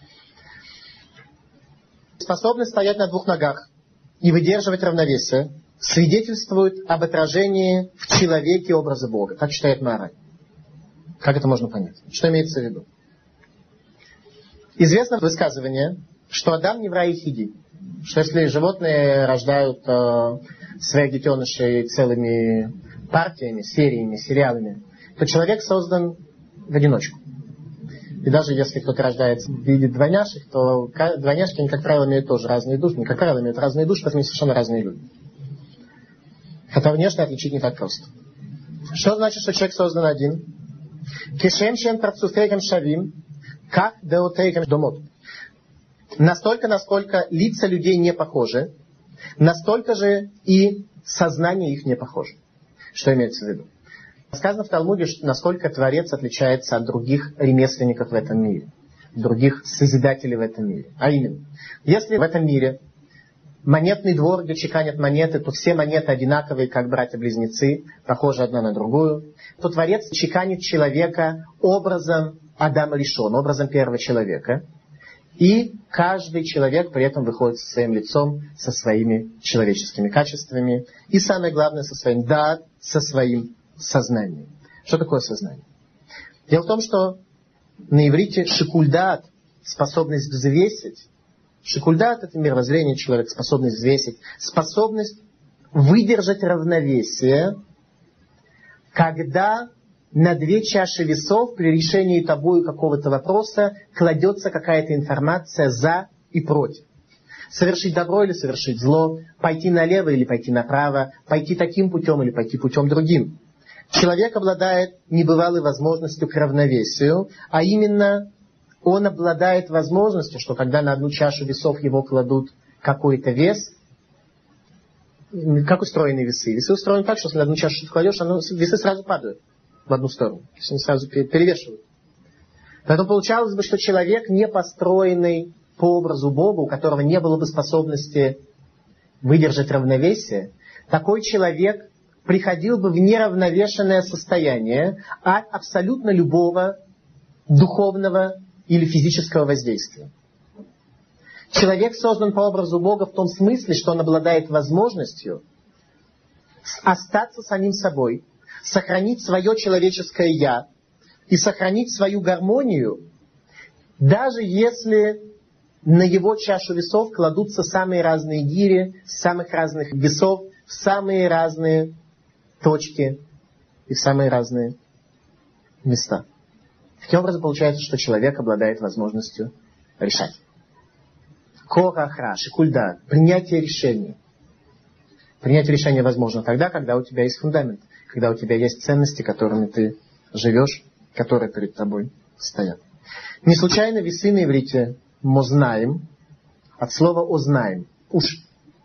Способность стоять на двух ногах и выдерживать равновесие свидетельствует об отражении в человеке образа Бога. Так считает Маараль. Как это можно понять? Что имеется в виду? Известно высказывание, что Адам невра ехиди, что если животные рождают э, своих детенышей целыми партиями, сериями, сериалами, то человек создан в одиночку. И даже если кто-то рождается в виде двойняшек, то двойняшки, они, как правило, имеют тоже разные души. Не как правило, имеют разные души, потому что совершенно разные люди. Хотя внешне отличить не так просто. Что значит, что человек создан один? Кешем шем парцуфейгам шавим, как деотейгам домот. Настолько, насколько лица людей не похожи, настолько же и сознание их не похоже. Что имеется в виду? Сказано в Талмуде, насколько Творец отличается от других ремесленников в этом мире, других созидателей в этом мире. А именно, если в этом мире монетный двор, где чеканят монеты, то все монеты одинаковые, как братья-близнецы, похожи одна на другую, то Творец чеканит человека образом Адама Ришон, образом первого человека. И каждый человек при этом выходит со своим лицом, со своими человеческими качествами. И самое главное, со своим дат, со своим сознанием. Что такое сознание? Дело в том, что на иврите шикульдат, способность взвесить, шикульдат — это мировоззрение человека, способность взвесить, способность выдержать равновесие, когда на две чаши весов при решении тобою какого-то вопроса кладется какая-то информация за и против. Совершить добро или совершить зло, пойти налево или пойти направо, пойти таким путем или пойти путем другим. Человек обладает небывалой возможностью к равновесию, а именно он обладает возможностью, что когда на одну чашу весов его кладут какой-то вес, как устроены весы? Весы устроены так, что если на одну чашу кладешь, оно, весы сразу падают в одну сторону. То есть они сразу перевешивают. Поэтому получалось бы, что человек, не построенный по образу Бога, у которого не было бы способности выдержать равновесие, такой человек приходил бы в неравновешенное состояние от абсолютно любого духовного или физического воздействия. Человек создан по образу Бога в том смысле, что он обладает возможностью остаться самим собой, сохранить свое человеческое «я» и сохранить свою гармонию, даже если на его чашу весов кладутся самые разные гири, с самых разных весов, в самые разные точки и в самые разные места. Таким образом, получается, что человек обладает возможностью решать. Корахра, шикульда, принятие решений. Принятие решения возможно тогда, когда у тебя есть фундамент, когда у тебя есть ценности, которыми ты живешь, которые перед тобой стоят. Не случайно весы на иврите «мознаем» от слова «ознаем» — уши.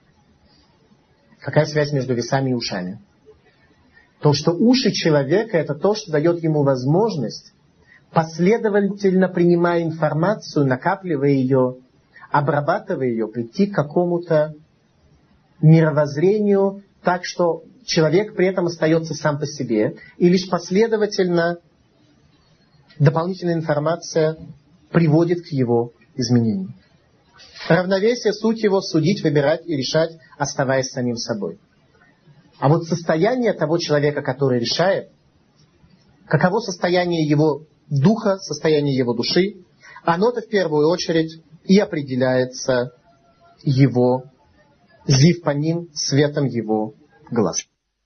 Какая связь между весами и ушами? То, что уши человека — это то, что дает ему возможность, последовательно принимая информацию, накапливая ее, обрабатывая ее, прийти к какому-то мировоззрению, так что человек при этом остается сам по себе, и лишь последовательно дополнительная информация приводит к его изменению. Равновесие, суть его — судить, выбирать и решать, оставаясь самим собой. А вот состояние того человека, который решает, каково состояние его духа, состояние его души, оно-то в первую очередь и определяется его зив по ним, светом его глаз.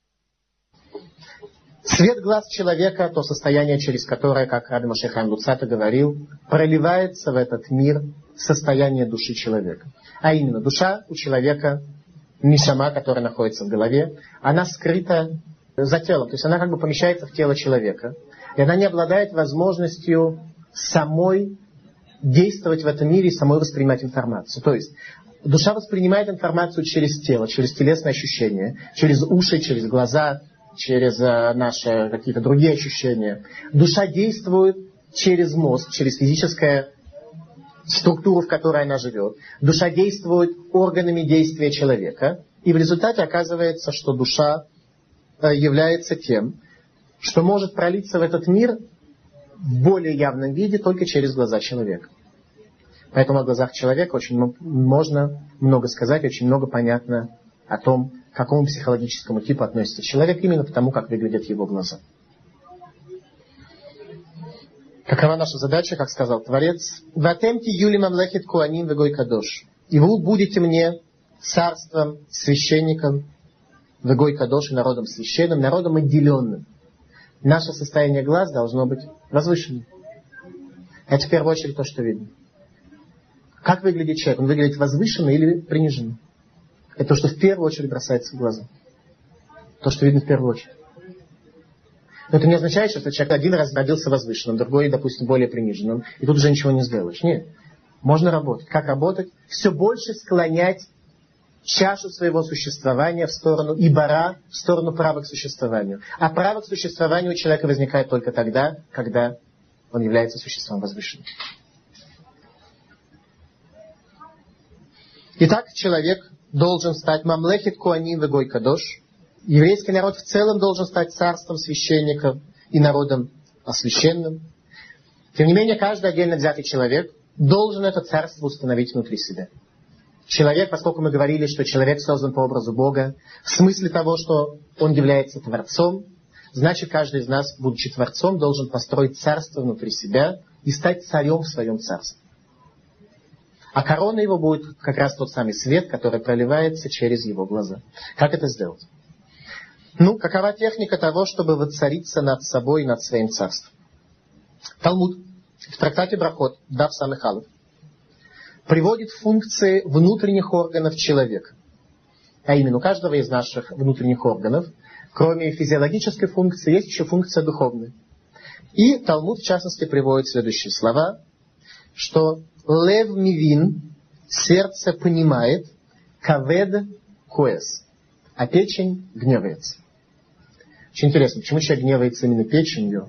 Свет глаз человека, то состояние, через которое, как Раби Моше Хаим Луцата говорил, проливается в этот мир состояние души человека. А именно, душа у человека, нишама, которая находится в голове, она скрыта за телом. То есть она как бы помещается в тело человека. И она не обладает возможностью самой действовать в этом мире и самой воспринимать информацию. То есть душа воспринимает информацию через тело, через телесные ощущения, через уши, через глаза, через э, наши какие-то другие ощущения. Душа действует через мозг, через физическую структуру, в которой она живет. Душа действует органами действия человека. И в результате оказывается, что душа э, является тем, что может пролиться в этот мир в более явном виде только через глаза человека. Поэтому о глазах человека очень можно много сказать, очень много понятно о том, к какому психологическому типу относится человек, именно потому, как выглядят его глаза. Какова наша задача, как сказал Творец? «Ватемти юли мамлехет куаним вегой кадош». И вы будете мне царством, священником, вегой кадош, и народом священным, народом отделенным. Наше состояние глаз должно быть возвышенным. Это в первую очередь то, что видно. Как выглядит человек? Он выглядит возвышенно или приниженно? Это то, что в первую очередь бросается в глаза. То, что видно в первую очередь. Но это не означает, что человек один раз родился возвышенным, другой, допустим, более приниженным, и тут уже ничего не сделаешь. Нет. Можно работать. Как работать? Все больше склонять чашу своего существования в сторону ибара, в сторону права к существованию. А право к существованию у человека возникает только тогда, когда он является существом возвышенным. Итак, человек должен стать мамлехет коаним вегой кадош. Еврейский народ в целом должен стать царством священников и народом освященным. Тем не менее, каждый отдельно взятый человек должен это царство установить внутри себя. Человек, поскольку мы говорили, что человек создан по образу Бога, в смысле того, что он является Творцом, значит, каждый из нас, будучи Творцом, должен построить царство внутри себя и стать царем в своем царстве. А корона его будет как раз тот самый свет, который проливается через его глаза. Как это сделать? Ну, какова техника того, чтобы воцариться над собой и над своим царством? Талмуд в трактате Брахот, Дав Самых Алеф, приводит функции внутренних органов человека. А именно, у каждого из наших внутренних органов, кроме физиологической функции, есть еще функция духовная. И Талмуд, в частности, приводит следующие слова, что «Лев мивин» — сердце понимает, «Кавед коэс», а печень гневается. Очень интересно, почему человек гневается именно печенью,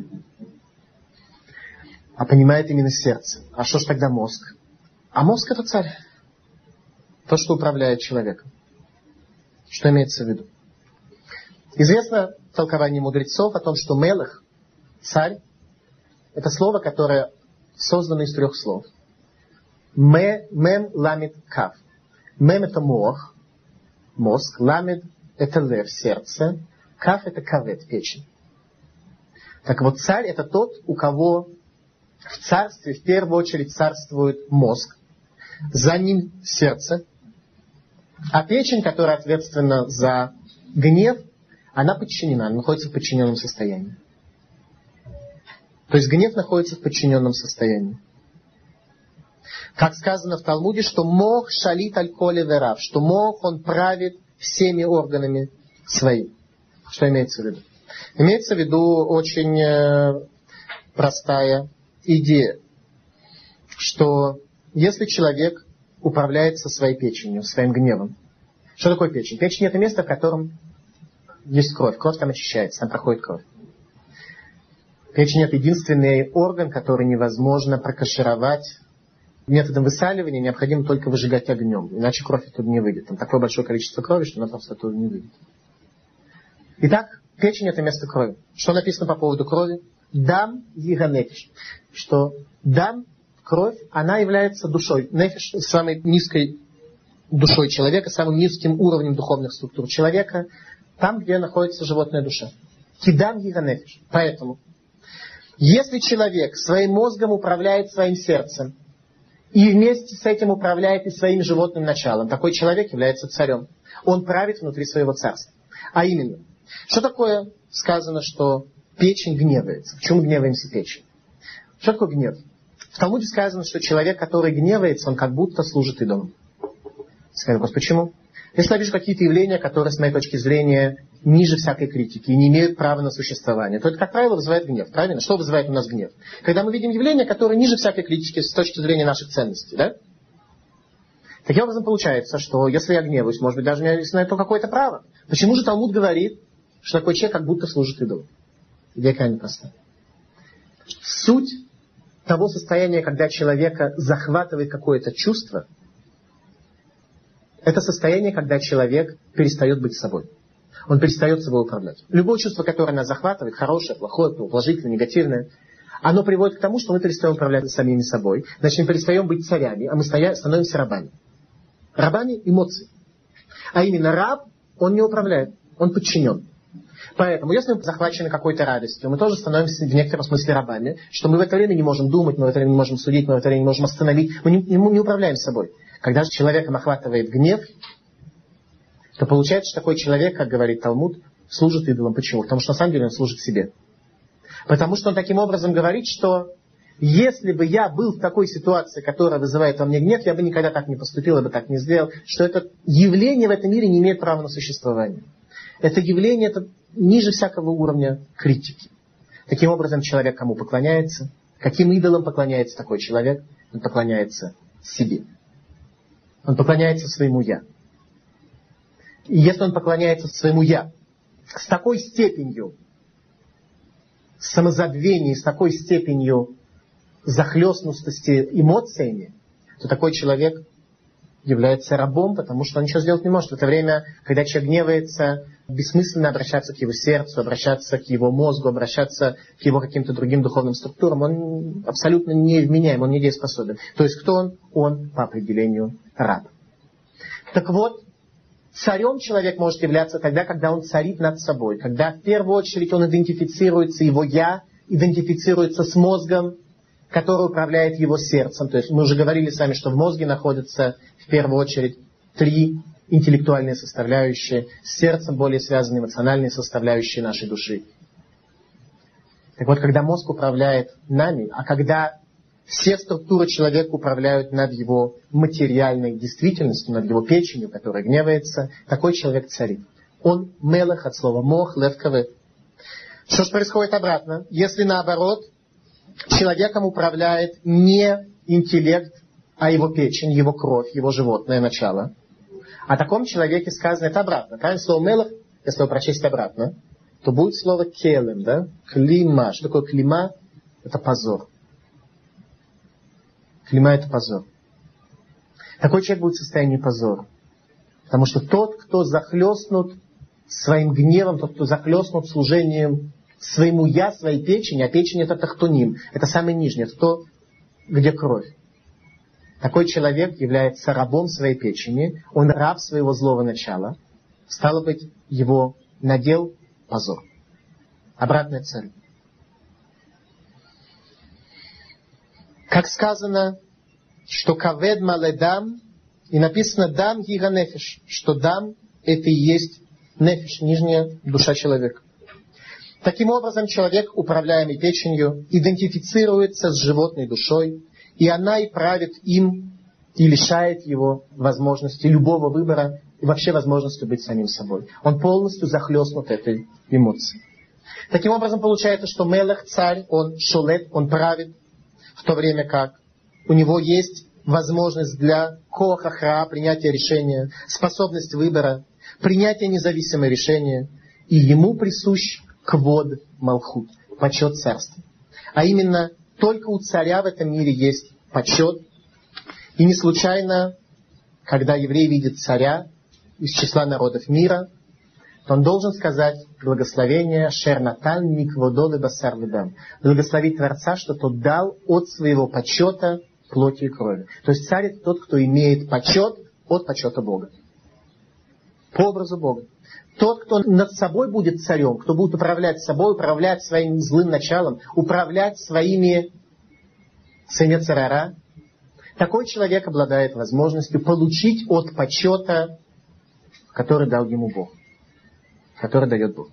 а понимает именно сердце? А что ж тогда мозг? А мозг — это царь. То, что управляет человеком. Что имеется в виду? Известно толкование мудрецов о том, что мелех, царь, это слово, которое создано из трех слов. Ме, мем, ламид, кав. Мем — это мох, мозг. Ламид — это лев, сердце. Кав — это кавет, печень. Так вот, царь — это тот, у кого в царстве в первую очередь царствует мозг, за ним сердце, а печень, которая ответственна за гнев, она подчинена, она находится в подчиненном состоянии. То есть гнев находится в подчиненном состоянии. Как сказано в Талмуде, что мох шалит аль-коли верав, что мох, он правит всеми органами своими. Что имеется в виду? Имеется в виду очень э, простая идея, что если человек управляется своей печенью, своим гневом. Что такое печень? Печень — это место, в котором есть кровь. Кровь там очищается, там проходит кровь. Печень — это единственный орган, который невозможно прокашировать методом высаливания, необходимо только выжигать огнем, иначе кровь оттуда не выйдет. Там такое большое количество крови, что она просто оттуда не выйдет. Итак, печень — это место крови. Что написано по поводу крови? Дам yiganefesh. Что дам, кровь, она является душой. Нефиш — самой низкой душой человека, самым низким уровнем духовных структур человека, там, где находится животная душа. Кидам yiganefesh. Поэтому, если человек своим мозгом управляет своим сердцем, и вместе с этим управляет и своим животным началом, такой человек является царем. Он правит внутри своего царства. А именно, что такое сказано, что печень гневается? Почему мы гневаемся печень? Что такое гнев? В Талмуде сказано, что человек, который гневается, он как будто служит идолам. Скажем, вопрос, почему? Если я вижу какие-то явления, которые, с моей точки зрения, ниже всякой критики и не имеют права на существование, то это, как правило, вызывает гнев. Правильно? Что вызывает у нас гнев? Когда мы видим явления, которые ниже всякой критики с точки зрения наших ценностей. Да? Таким образом, получается, что если я гневаюсь, может быть, даже у меня есть на это какое-то право. Почему же Талмуд говорит, что такой человек как будто служит идолу? Идея крайне проста. Суть того состояния, когда человека захватывает какое-то чувство, это состояние, когда человек перестает быть собой. Он перестает собой управлять. Любое чувство, которое нас захватывает, хорошее, плохое, положительное, негативное, оно приводит к тому, что мы перестаем управлять самими собой. Значит, мы перестаем быть царями, а мы становимся рабами. Рабами эмоций. А именно раб, он не управляет, он подчинен. Поэтому, если мы захвачены какой-то радостью, мы тоже становимся в некотором смысле рабами, что мы в это время не можем думать, мы в это время не можем судить, мы в это время не можем остановить, мы не, не, не управляем собой. Когда же человеком охватывает гнев, то получается, что такой человек, как говорит Талмуд, служит идолам. Почему? Потому что на самом деле он служит себе. Потому что он таким образом говорит, что если бы я был в такой ситуации, которая вызывает во мне гнев, я бы никогда так не поступил, я бы так не сделал, что это явление в этом мире не имеет права на существование. Это явление, это ниже всякого уровня критики. Таким образом, человек кому поклоняется? Каким идолам поклоняется такой человек? Он поклоняется себе. Он поклоняется своему «я». И если он поклоняется своему «я» с такой степенью самозабвения, с такой степенью захлестнутости эмоциями, то такой человек является рабом, потому что он ничего сделать не может. В это время, когда человек гневается, бессмысленно обращаться к его сердцу, обращаться к его мозгу, обращаться к его каким-то другим духовным структурам. Он абсолютно невменяем, он недееспособен. То есть кто он? Он по определению раб. Так вот, царем человек может являться тогда, когда он царит над собой, когда в первую очередь он идентифицируется, его «я» идентифицируется с мозгом, который управляет его сердцем. То есть мы уже говорили с вами, что в мозге находятся в первую очередь три интеллектуальные составляющие, с сердцем более связаны эмоциональные составляющие нашей души. Так вот, когда мозг управляет нами, а когда все структуры человека управляют над его материальной действительностью, над его печенью, которая гневается, такой человек царит. Он мелех от слова мох, лев кавед. Что же происходит обратно? Если наоборот, человеком управляет не интеллект, а его печень, его кровь, его животное начало. О таком человеке сказано это обратно. Правильно? Слово мелех, если его прочесть обратно, то будет слово келем, да? Клима. Что такое клима? Это позор. Клима это позор. Такой человек будет в состоянии позора. Потому что тот, кто захлестнут своим гневом, тот, кто захлестнут служением своему я, своей печени, а печень это тахтуним, это самое нижнее, это то, где кровь. Такой человек является рабом своей печени, он раб своего злого начала, стало быть, его надел позор. Обратная цель. Как сказано, что кавед маледам, и написано дам гига нефиш, что дам это и есть нефиш, нижняя душа человека. Таким образом, человек, управляемый печенью, идентифицируется с животной душой, и она и правит им, и лишает его возможности любого выбора, и вообще возможности быть самим собой. Он полностью захлестнут этой эмоцией. Таким образом, получается, что мелех, царь, он шолет, он правит, в то время как у него есть возможность для коха-хра, принятия решения, способность выбора, принятия независимого решения, и ему присущ квод малхут, почет царства. А именно, только у царя в этом мире есть почет. И не случайно, когда еврей видит царя из числа народов мира, то он должен сказать благословение «Шернаталь микводол и басар ледам». Благословить Творца, что тот дал от своего почета плоти и крови. То есть царь это тот, кто имеет почет от почета Бога. По образу Бога. Тот, кто над собой будет царем, кто будет управлять собой, управлять своим злым началом, управлять своими ценецерара, такой человек обладает возможностью получить от почета, который дал ему Бог. Который дает Бог.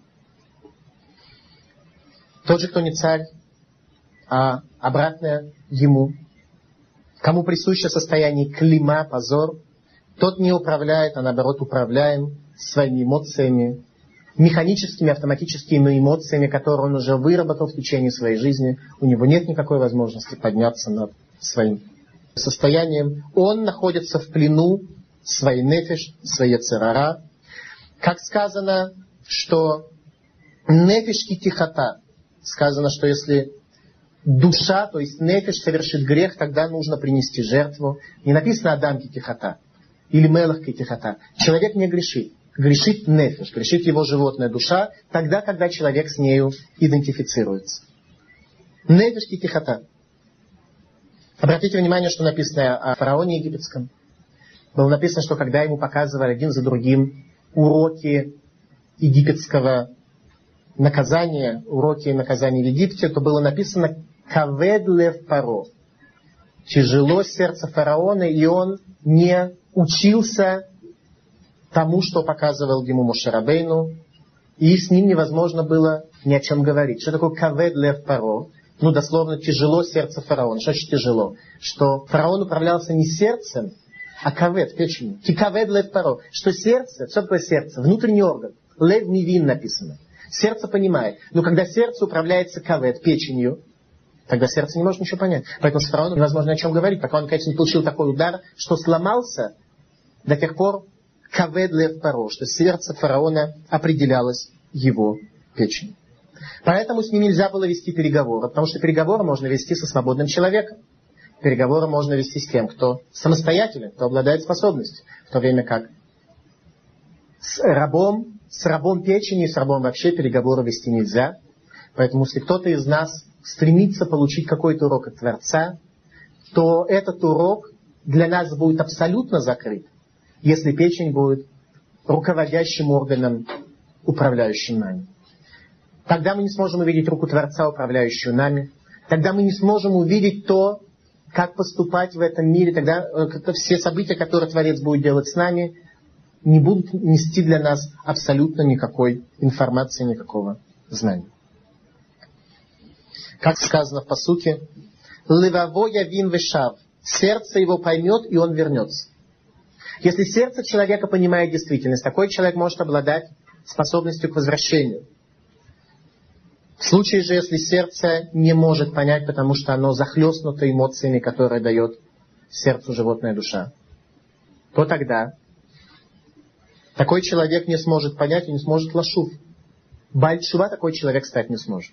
Тот же, кто не царь, а обратное ему, кому присуще состояние клима, позор, тот не управляет, а наоборот управляем своими эмоциями, механическими, автоматическими эмоциями, которые он уже выработал в течение своей жизни. У него нет никакой возможности подняться над своим состоянием. Он находится в плену своей нефиш, своей церара. Как сказано, что нефиш китихата, сказано, что если душа, то есть нефиш, совершит грех, тогда нужно принести жертву. Не написано Адам китихата или Мелах китихата. Человек не грешит. Грешит нефиш, грешит его животная душа, тогда, когда человек с нею идентифицируется. Нефиш китихата. Обратите внимание, что написано о фараоне египетском. Было написано, что когда ему показывали один за другим уроки египетского наказания, уроки наказания в Египте, то было написано «Кавед лев паро». Тяжело сердце фараона, и он не учился тому, что показывал ему Моше Рабейну, и с ним невозможно было ни о чем говорить. Что такое «Кавед лев паро»? Ну, дословно, тяжело сердце фараона. Что значит тяжело? Что фараон управлялся не сердцем, а кавед, печенью. Кикавед лев паро. Что сердце, что такое сердце? Внутренний орган. Лев мивин написано. Сердце понимает. Но когда сердце управляется кавед, печенью, тогда сердце не может ничего понять. Поэтому с фараоном невозможно о чем говорить, пока он, конечно, не получил такой удар, что сломался, до тех пор кавед лев паро, что сердце фараона определялось его печенью. Поэтому с ним нельзя было вести переговоры, потому что переговоры можно вести со свободным человеком. переговоры можно вести с тем, кто самостоятелен, кто обладает способностью, в то время как с рабом, с рабом печени и с рабом вообще переговоры вести нельзя. Поэтому если кто-то из нас стремится получить какой-то урок от Творца, то этот урок для нас будет абсолютно закрыт, если печень будет руководящим органом, управляющим нами. Тогда мы не сможем увидеть руку Творца, управляющую нами. Тогда мы не сможем увидеть то, как поступать в этом мире. Тогда все события, которые Творец будет делать с нами, не будут нести для нас абсолютно никакой информации, никакого знания. Как сказано в пасуке, «Леваво явин вешав» — сердце его поймет, и он вернется. Если сердце человека понимает действительность, такой человек может обладать способностью к возвращению. В случае же, если сердце не может понять, потому что оно захлестнуто эмоциями, которые дает сердцу животная душа, то тогда такой человек не сможет понять и не сможет лашув. Бааль тшува такой человек стать не сможет.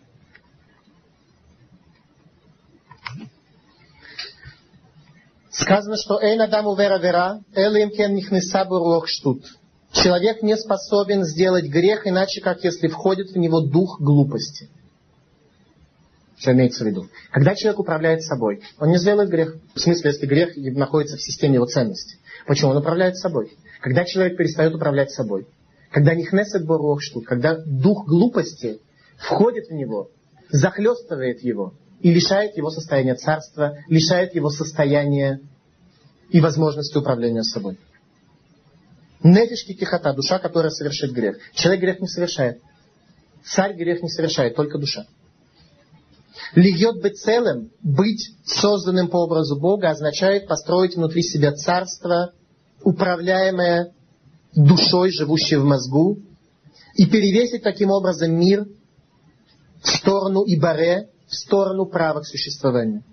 Сказано, что «Эйн адаму вера вера, элэм кен нихнеса буруах штут». Человек не способен сделать грех, иначе как если входит в него дух глупости. Что имеется в виду? Когда человек управляет собой, он не сделает грех. В смысле, если грех находится в системе его ценностей. Почему? Он управляет собой. Когда человек перестает управлять собой, когда нихнесет буруах штут, когда дух глупости входит в него, захлестывает его и лишает его состояния царства, лишает его состояния и возможности управления собой. Нефиш кикихата, душа, которая совершит грех. Человек грех не совершает. Царь грех не совершает, только душа. Льет быть целым, быть созданным по образу Бога, означает построить внутри себя царство, управляемое душой, живущей в мозгу, и перевесить таким образом мир в сторону Ибаре, в сторону права к существованию.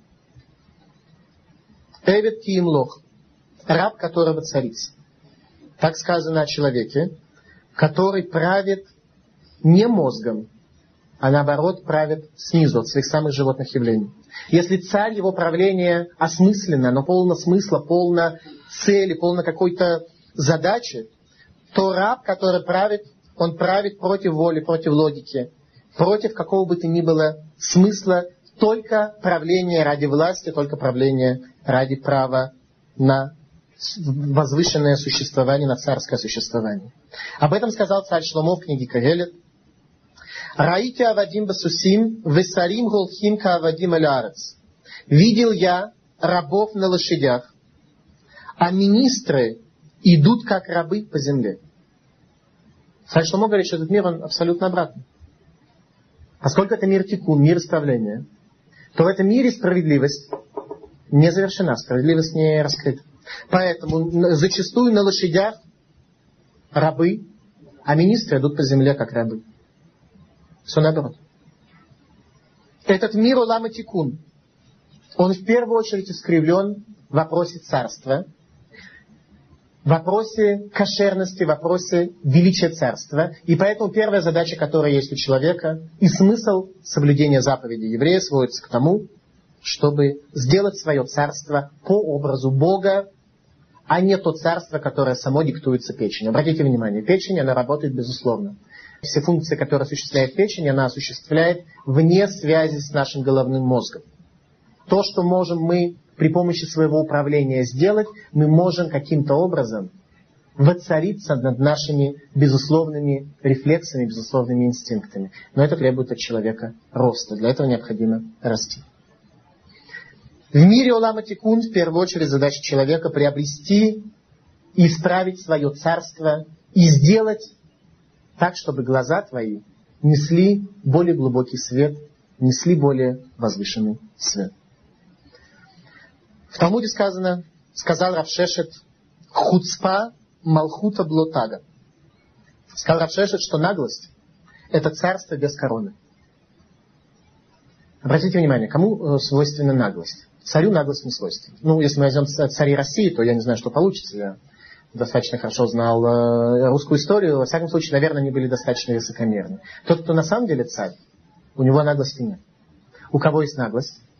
Эвет киим лох, раб которого царица. Так сказано о человеке, который правит не мозгом, а наоборот правит снизу, от своих самых животных явлений. Если царь, его правление осмысленно, оно полно смысла, полно цели, полно какой-то задачи, то раб, который правит, он правит против воли, против логики, против какого бы то ни было смысла, только правление ради власти, только правление ради права на возвышенное существование, на царское существование. Об этом сказал царь Шломо в книге Когелет. «Раити авадим басусим, весарим голхим ка авадим эль-арец». «Видел я рабов на лошадях, а министры идут как рабы по земле». Царь Шломо говорит, что этот мир, он абсолютно обратный. Поскольку это мир тикун, мир исправления, то в этом мире справедливость не завершена, справедливость не раскрыта. Поэтому зачастую на лошадях рабы, а министры идут по земле как рабы. Все наоборот. Этот мир улам и тикун, он в первую очередь искривлен в вопросе царства, в вопросе кошерности, в вопросе величия царства. И поэтому первая задача, которая есть у человека, и смысл соблюдения заповедей еврея сводится к тому, чтобы сделать свое царство по образу Бога, а не то царство, которое само диктуется печенью. Обратите внимание, печень, она работает безусловно. Все функции, которые осуществляет печень, она осуществляет вне связи с нашим головным мозгом. То, что можем мы при помощи своего управления сделать, мы можем каким-то образом воцариться над нашими безусловными рефлексами, безусловными инстинктами. Но это требует от человека роста. Для этого необходимо расти. В мире улама тикун в первую очередь задача человека приобрести и исправить свое царство и сделать так, чтобы глаза твои несли более глубокий свет, несли более возвышенный свет. В Талмуде сказано, сказал Рав Шешет, хуцпа малхута блотага. Сказал Рав Шешет, что наглость — это царство без короны. Обратите внимание, кому свойственна наглость? Царю наглость не свойственна. Ну, если мы возьмем царей России, то я не знаю, что получится. Я достаточно хорошо знал э, русскую историю. Во всяком случае, наверное, они были достаточно высокомерны. Тот, кто на самом деле царь, у него наглости нет. У кого есть наглость?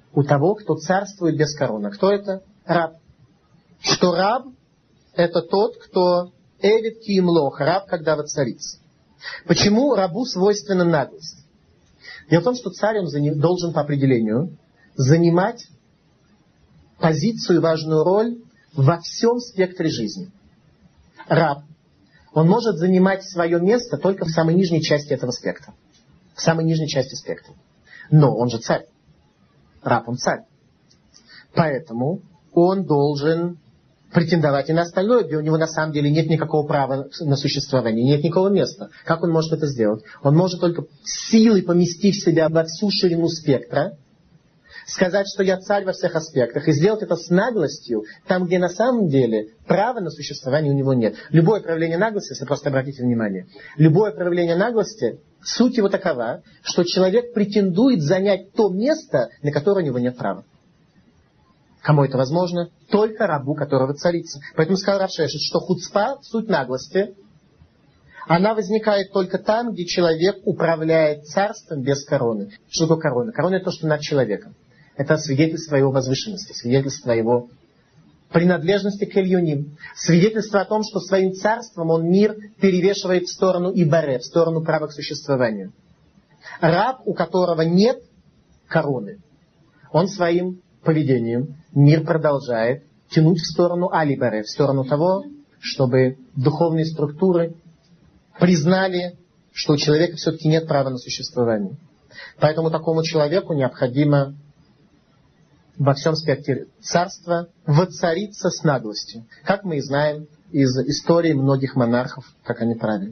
у того, кто царствует без короны. Кто это? Раб. Что раб – это тот, кто эвид киимлох, раб, когда воцарится. Почему рабу свойственна наглость? Дело в том, что царь он должен по определению занимать позицию и важную роль во всем спектре жизни. Раб, он может занимать свое место только в самой нижней части этого спектра. В самой нижней части спектра. Но он же царь. Раб, он царь. Поэтому он должен претендовать и на остальное, где у него на самом деле нет никакого права на существование, нет никакого места. Как он может это сделать? Он может только силой поместить себя во всю ширину спектра, сказать, что я царь во всех аспектах, и сделать это с наглостью, там, где на самом деле права на существование у него нет. Любое проявление наглости, если просто обратите внимание, любое проявление наглости, суть его такова, что человек претендует занять то место, на которое у него нет права. Кому это возможно? Только рабу, которого царица. Поэтому сказал Рав Шешет, что хуцпа, суть наглости, она возникает только там, где человек управляет царством без короны. Что такое корона? Корона – это то, что над человеком. Это свидетельство его возвышенности, свидетельство его принадлежности к Эльюним. Свидетельство о том, что своим царством он мир перевешивает в сторону Ибаре, в сторону права к существованию. Раб, у которого нет короны, он своим поведением мир продолжает тянуть в сторону Алибаре, в сторону того, чтобы духовные структуры признали, что у человека все-таки нет права на существование. Поэтому такому человеку необходимо во всем спектре царства воцариться с наглостью. Как мы и знаем из истории многих монархов, как они правили.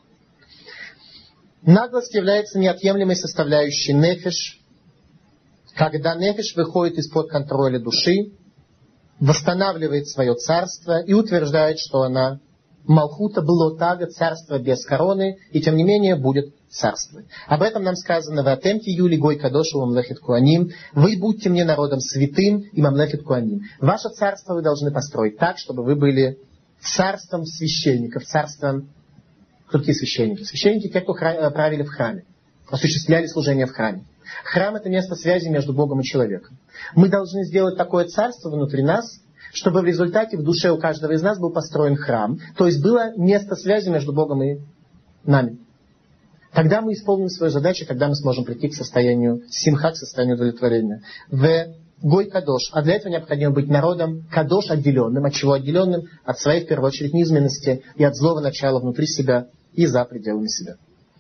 Наглость является неотъемлемой составляющей нефиш, когда нефиш выходит из-под контроля души, восстанавливает свое царство и утверждает, что она Малхута Блотага, царство без короны, и тем не менее будет царствовать. Об этом нам сказано: «Ватемти юли гой кадошу мамлехет куаним», «Вы будьте мне народом святым и мамлехет куаним». Ваше царство вы должны построить так, чтобы вы были царством священников, царством... Кто такие священники? Священники – те, кто правили в храме, осуществляли служение в храме. Храм – это место связи между Богом и человеком. Мы должны сделать такое царство внутри нас, чтобы в результате в душе у каждого из нас был построен храм, то есть было место связи между Богом и нами. Тогда мы исполним свою задачу, когда мы сможем прийти к состоянию симха, к состоянию удовлетворения. В гой кадош. А для этого необходимо быть народом кадош отделенным. От чего отделенным? От своей, в первую очередь, низменности и от злого начала внутри себя и за пределами себя.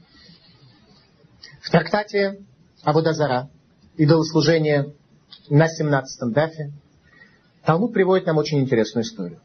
В трактате Авода Зара, идолослужение, на семнадцатом дафе, Талмуд приводит нам очень интересную историю.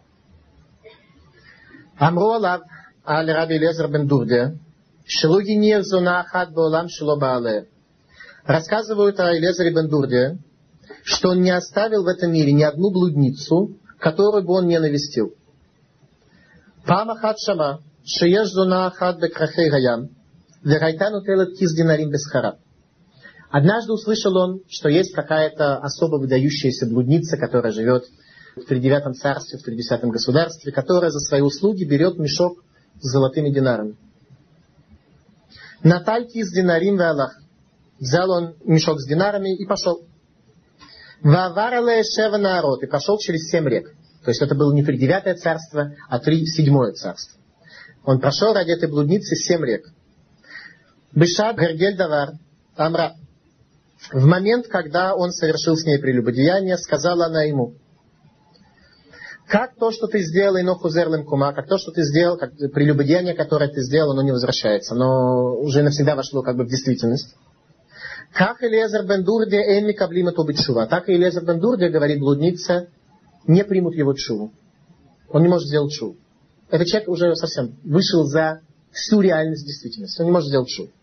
Амру алав аль Раби Элиэзер бен Дурдия, шелуги нир зона ахат баолам шело баале. Рассказывают о Элиэзере бен Дурдия, что он не оставил в этом мире ни одну блудницу, которую бы он не навестил. Пам ахат шама, шееш зона ахат бекрахей гаям, верайта нутелет киз динарим бесхара. Однажды услышал он, что есть какая-то особо выдающаяся блудница, которая живет в тридевятом царстве, в тридесятом государстве, которая за свои услуги берет мешок с золотыми динарами. Натальки из динарим в Аллах. Взял он мешок с динарами и пошел. Ваварале шева народ. И пошел через семь рек. То есть это было не тридевятое царство, а три седьмое царство. Он прошел ради этой блудницы семь рек. Бешат гергель давар амра. В момент, когда он совершил с ней прелюбодеяние, сказала она ему: как то, что ты сделал, ино хузерлем кума, как то, что ты сделал, как прелюбодеяние, которое ты сделал, оно не возвращается, но уже навсегда вошло как бы в действительность. Как Элиэзер бен Дурдия эми каблима то битшува. Так и Элиэзер бен Дурдия, говорит блудница, не примут его тшуву. Он не может сделать тшуву. Этот человек уже совсем вышел за всю реальность действительности. Он не может сделать тшуву.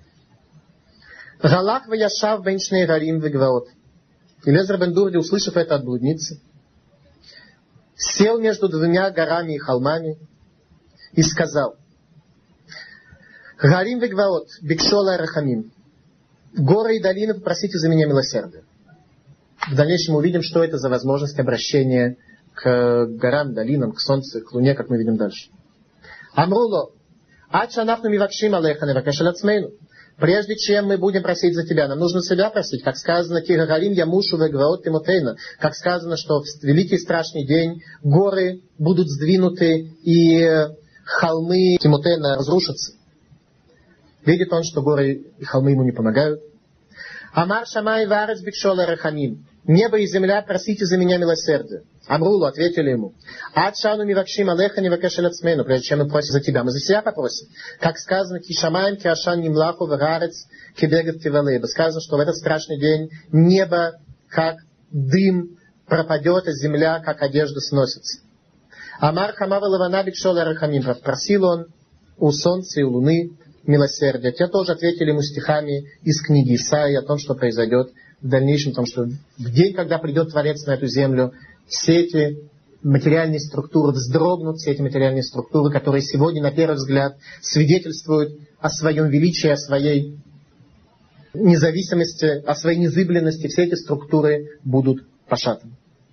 Галах ваяшав беншней рарим вегваот. Элиэзер бен Дурдия, услышав это от блудницы, сел между двумя горами и холмами и сказал: Гарим вегваот, бикшола рахамим. Горы и долины, попросите за меня милосердия. В дальнейшем мы увидим, что это за возможность обращения к горам, долинам, к солнцу, к луне, как мы видим дальше. Амруло, ад шанахну мивакшим алеха невакеш аль ацмейну. Прежде чем мы будем просить за тебя, нам нужно себя просить. Как сказано, Кигагалим Ямушу Вегваот Тимотейна. Как сказано, что в великий страшный день горы будут сдвинуты и холмы Тимотейна разрушатся. Видит он, что горы и холмы ему не помогают. Амар Шамай Варец Бикшола Рахамим. Небо и земля, просите за меня милосердие. Амрулу, ответили ему. Адшану мивакшим алеха невакешель ацмейну. Прежде чем мы просим за тебя, мы за себя попросим. Как сказано, кишамаем киашан нимлаху варарец кибегат тивалеба. Сказано, что в этот страшный день небо, как дым, пропадет, а земля, как одежда, сносится. Амар хамава лавана бикшола рахамим. Просил он у солнца и у луны милосердия. Те тоже ответили ему стихами из книги Исаии о том, что произойдет в дальнейшем, о том, что в день, когда придет Творец на эту землю, все эти материальные структуры вздрогнут, все эти материальные структуры, которые сегодня, на первый взгляд, свидетельствуют о своем величии, о своей независимости, о своей незыблемости, все эти структуры будут пошатаны.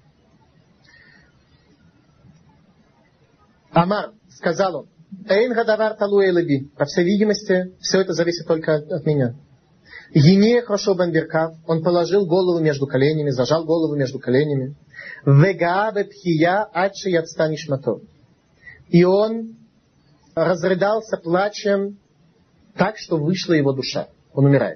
Амар, сказал он, Эйн гадавар талу элеби. По всей видимости, все это зависит только от, от меня. Ене хорошо бамберкав. Он положил голову между коленями, зажал голову между коленями. Вегаабе пхия адши ядстаниш мато. И он разрыдался плачем так, что вышла его душа. Он умирает.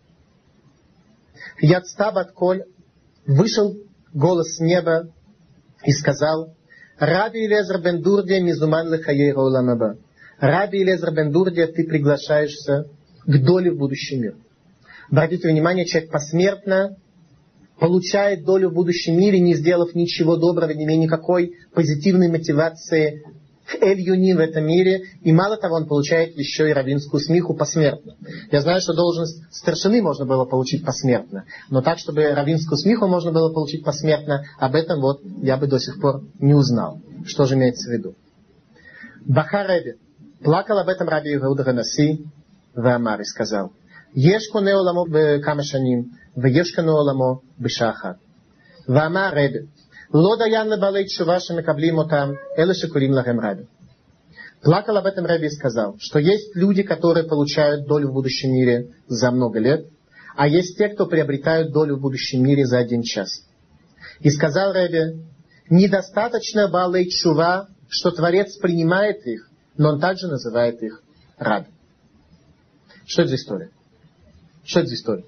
Ядстабат коль. Вышел голос с неба и сказал: Раби Элиэзер бен Дурдия мизуман лехаей роулам аба. Раби Элиэзер бен Дурдия, ты приглашаешься к доле в будущий мир. Обратите внимание, человек посмертно получает долю в будущем мире, не сделав ничего доброго, не имея никакой позитивной мотивации к эль-юни в этом мире. И мало того, он получает еще и раввинскую смиху посмертно. Я знаю, что должность старшины можно было получить посмертно. Но так, чтобы раввинскую смиху можно было получить посмертно, об этом вот я бы до сих пор не узнал. Что же имеется в виду? Баха Реби. Плакал об этом Раби Иуда Ханаси в Амар и сказал: Еш коне оламо бекама шаним, веш коне оламо бешаха. В Амар Реби. Ло даян лебалей тшува шемекаблим отам, эле шекурим лахем Раби. Плакал об этом Раби и сказал, что есть люди, которые получают долю в будущем мире за много лет, а есть те, кто приобретают долю в будущем мире за один час. И сказал Раби: недостаточно балей тшува, что Творец принимает их, но он также называет их Раби. Что это за история? Что это за история?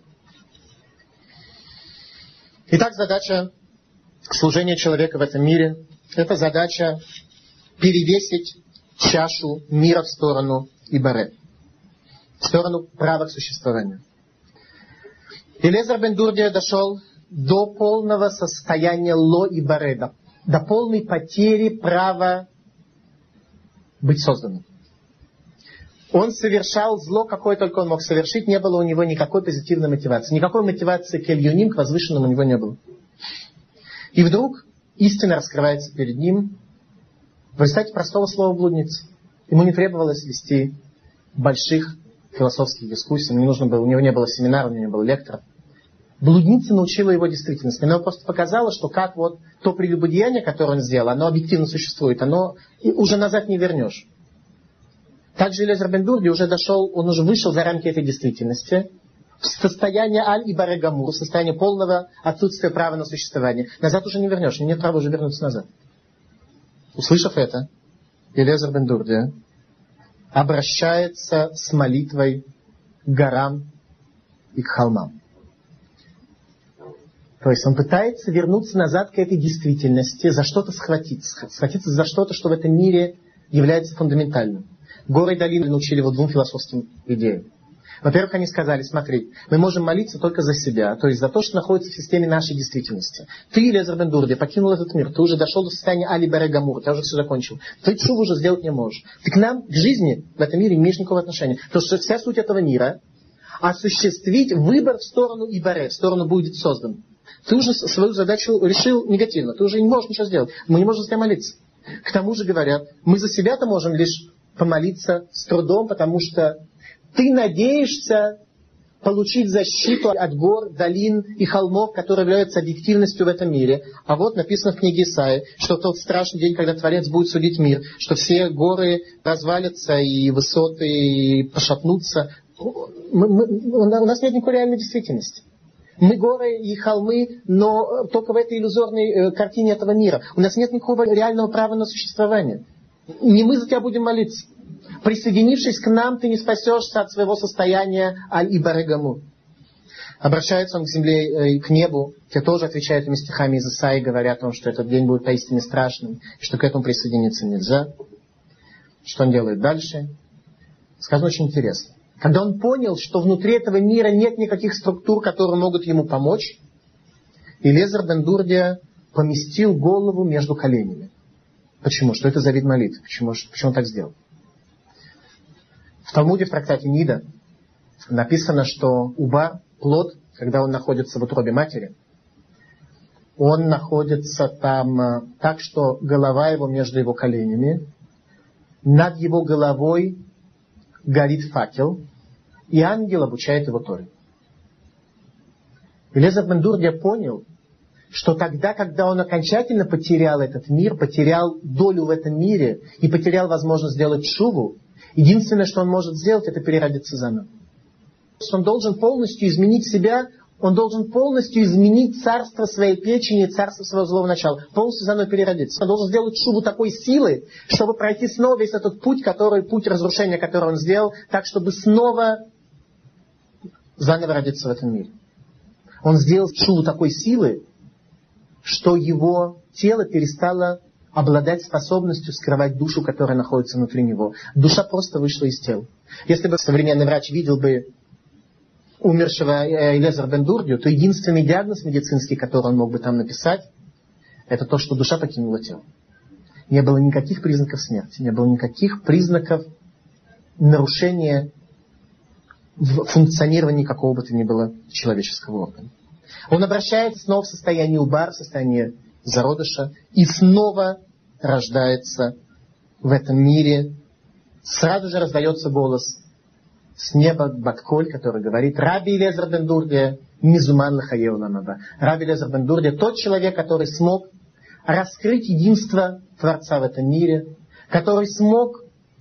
Итак, задача служения человека в этом мире — это задача перевесить чашу мира в сторону Ибаре, в сторону права к существованию. Элиэзер бен Дурдия дошел до полного состояния ло Ибаре, до, до полной потери права быть созданным. Он совершал зло, какое только он мог совершить, не было у него никакой позитивной мотивации. Никакой мотивации к эль-юним, к возвышенному у него не было. И вдруг истина раскрывается перед ним в результате простого слова блудница. Ему не требовалось вести больших философских дискуссий, ему не нужно было, у него не было семинара, у него не было лектора. Блудница научила его действительности. Она просто показала, что как вот то прелюбодеяние, которое он сделал, оно объективно существует, оно уже назад не вернешь. Также Элиэзер бен Дурдия уже дошел, он уже вышел за рамки этой действительности, в состояние аль-ибаре гамур, в состояние полного отсутствия права на существование. Назад уже не вернешь, нет права уже вернуться назад. Услышав это, Элиэзер бен Дурдия обращается с молитвой к горам и к холмам. То есть он пытается вернуться назад к этой действительности, за что-то схватиться, схватиться за что-то, что в этом мире является фундаментальным. Горы и долины научили его двум философским идеям. Во-первых, они сказали: смотри, мы можем молиться только за себя, то есть за то, что находится в системе нашей действительности. Ты, Элиэзер бен Дурдия, покинул этот мир, ты уже дошел до состояния али-баре гамур, ты уже все закончил. Ты тшуву уже сделать не можешь. Ты к нам, к жизни в этом мире не имеешь никакого отношения. Потому что вся суть этого мира — осуществить выбор в сторону ибаре, в сторону будет создан. Ты уже свою задачу решил негативно, ты уже не можешь ничего сделать. Мы не можем за тебя молиться. К тому же говорят, мы за себя-то можем лишь помолиться с трудом, потому что ты надеешься получить защиту от гор, долин и холмов, которые являются объективностью в этом мире. А вот написано в книге Исаии, что в тот страшный день, когда Творец будет судить мир, что все горы развалятся и высоты пошатнутся. Мы, мы, у нас нет никакой реальной действительности. Мы горы и холмы, но только в этой иллюзорной э, картине этого мира. У нас нет никакого реального права на существование. Не мы за тебя будем молиться. Присоединившись к нам, ты не спасешься от своего состояния аль-ибарегаму. Обращается он к земле и к небу, те тоже отвечают этими стихами из Исаии, говоря о том, что этот день будет поистине страшным, и что к этому присоединиться нельзя. Что он делает дальше? Сказано очень интересно. Когда он понял, что внутри этого мира нет никаких структур, которые могут ему помочь, Элиэзер бен Дурдия поместил голову между коленями. Почему? Что это за вид молитвы? Почему, почему он так сделал? В Талмуде, в трактате Нида, написано, что уба, плод, когда он находится в утробе матери, он находится там так, что голова его между его коленями, над его головой горит факел, и ангел обучает его Торе. Элиэзер бен Дурдия понял, что тогда, когда он окончательно потерял этот мир, потерял долю в этом мире и потерял возможность сделать шуву, единственное, что он может сделать, это переродиться заново. Он должен полностью изменить себя, он должен полностью изменить царство своей печени, царство своего злого начала, полностью заново переродиться. Он должен сделать шубу такой силы, чтобы пройти снова весь этот путь, который, путь разрушения, который он сделал, так, чтобы снова заново родиться в этом мире. Он сделал шубу такой силы, что его тело перестало обладать способностью скрывать душу, которая находится внутри него. Душа просто вышла из тела. Если бы современный врач видел бы умершего Элиэзера бен Дурдию, то единственный диагноз медицинский, который он мог бы там написать, это то, что душа покинула тело. Не было никаких признаков смерти, не было никаких признаков нарушения в функционировании какого бы то ни было человеческого органа. Он обращается снова в состояние убар, в состояние зародыша, и снова рождается в этом мире. Сразу же раздается голос с неба Бат-Коль, который говорит: Раби Элиэзер бен Дурдия, мизуман лахае олам аба. Раби Элиэзер бен Дурдия, тот человек, который смог раскрыть единство Творца в этом мире, который смог,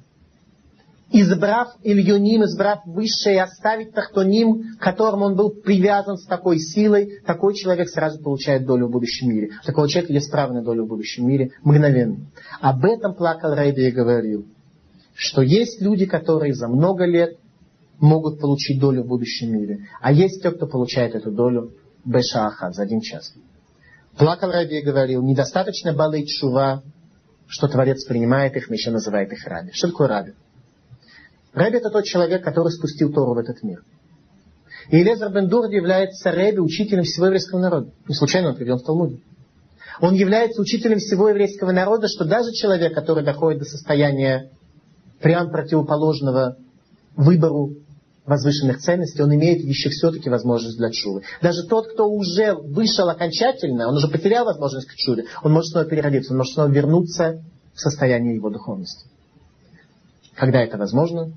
избрав Ильюним, избрав высшее, оставить Тахтоним, к которому он был привязан с такой силой, такой человек сразу получает долю в будущем мире. У такого человека есть право на долю в будущем мире мгновенно. Об этом плакал Раби и говорил, что есть люди, которые за много лет могут получить долю в будущем мире, а есть те, кто получает эту долю бешаахат, за один час. Плакал Раби и говорил, недостаточно балей тшува, что Творец принимает их, но еще называет их раби. Что такое раби? Раби — это тот человек, который спустил Тору в этот мир. И Элиэзер бен Дурдия является раби, учителем всего еврейского народа. Не случайно он приведен в Талмуде. Он является учителем всего еврейского народа, что даже человек, который доходит до состояния прям противоположного выбору возвышенных ценностей, он имеет еще все-таки возможность для тшувы. Даже тот, кто уже вышел окончательно, он уже потерял возможность к тшуве, он может снова переродиться, он может снова вернуться в состояние его духовности. Когда это возможно?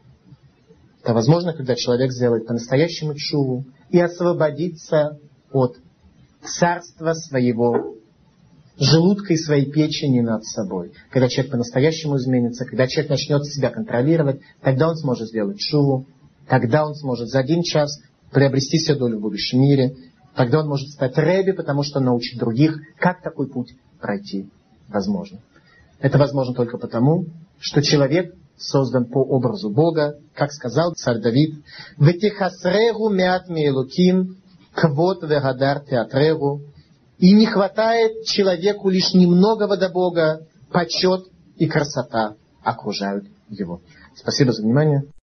Это возможно, когда человек сделает по-настоящему тшуву и освободится от царства своего желудка и своей печени над собой. Когда человек по-настоящему изменится, когда человек начнет себя контролировать, тогда он сможет сделать тшуву, тогда он сможет за один час приобрести себе долю в будущем мире, тогда он может стать рэби, потому что он научит других, как такой путь пройти возможно. Это возможно только потому, что человек создан по образу Бога, как сказал царь Давид, «Ветихасрегу меат меэлуким, квот вегадар театрегу». И не хватает человеку лишь немногого до Бога, почет и красота окружают его. Спасибо за внимание.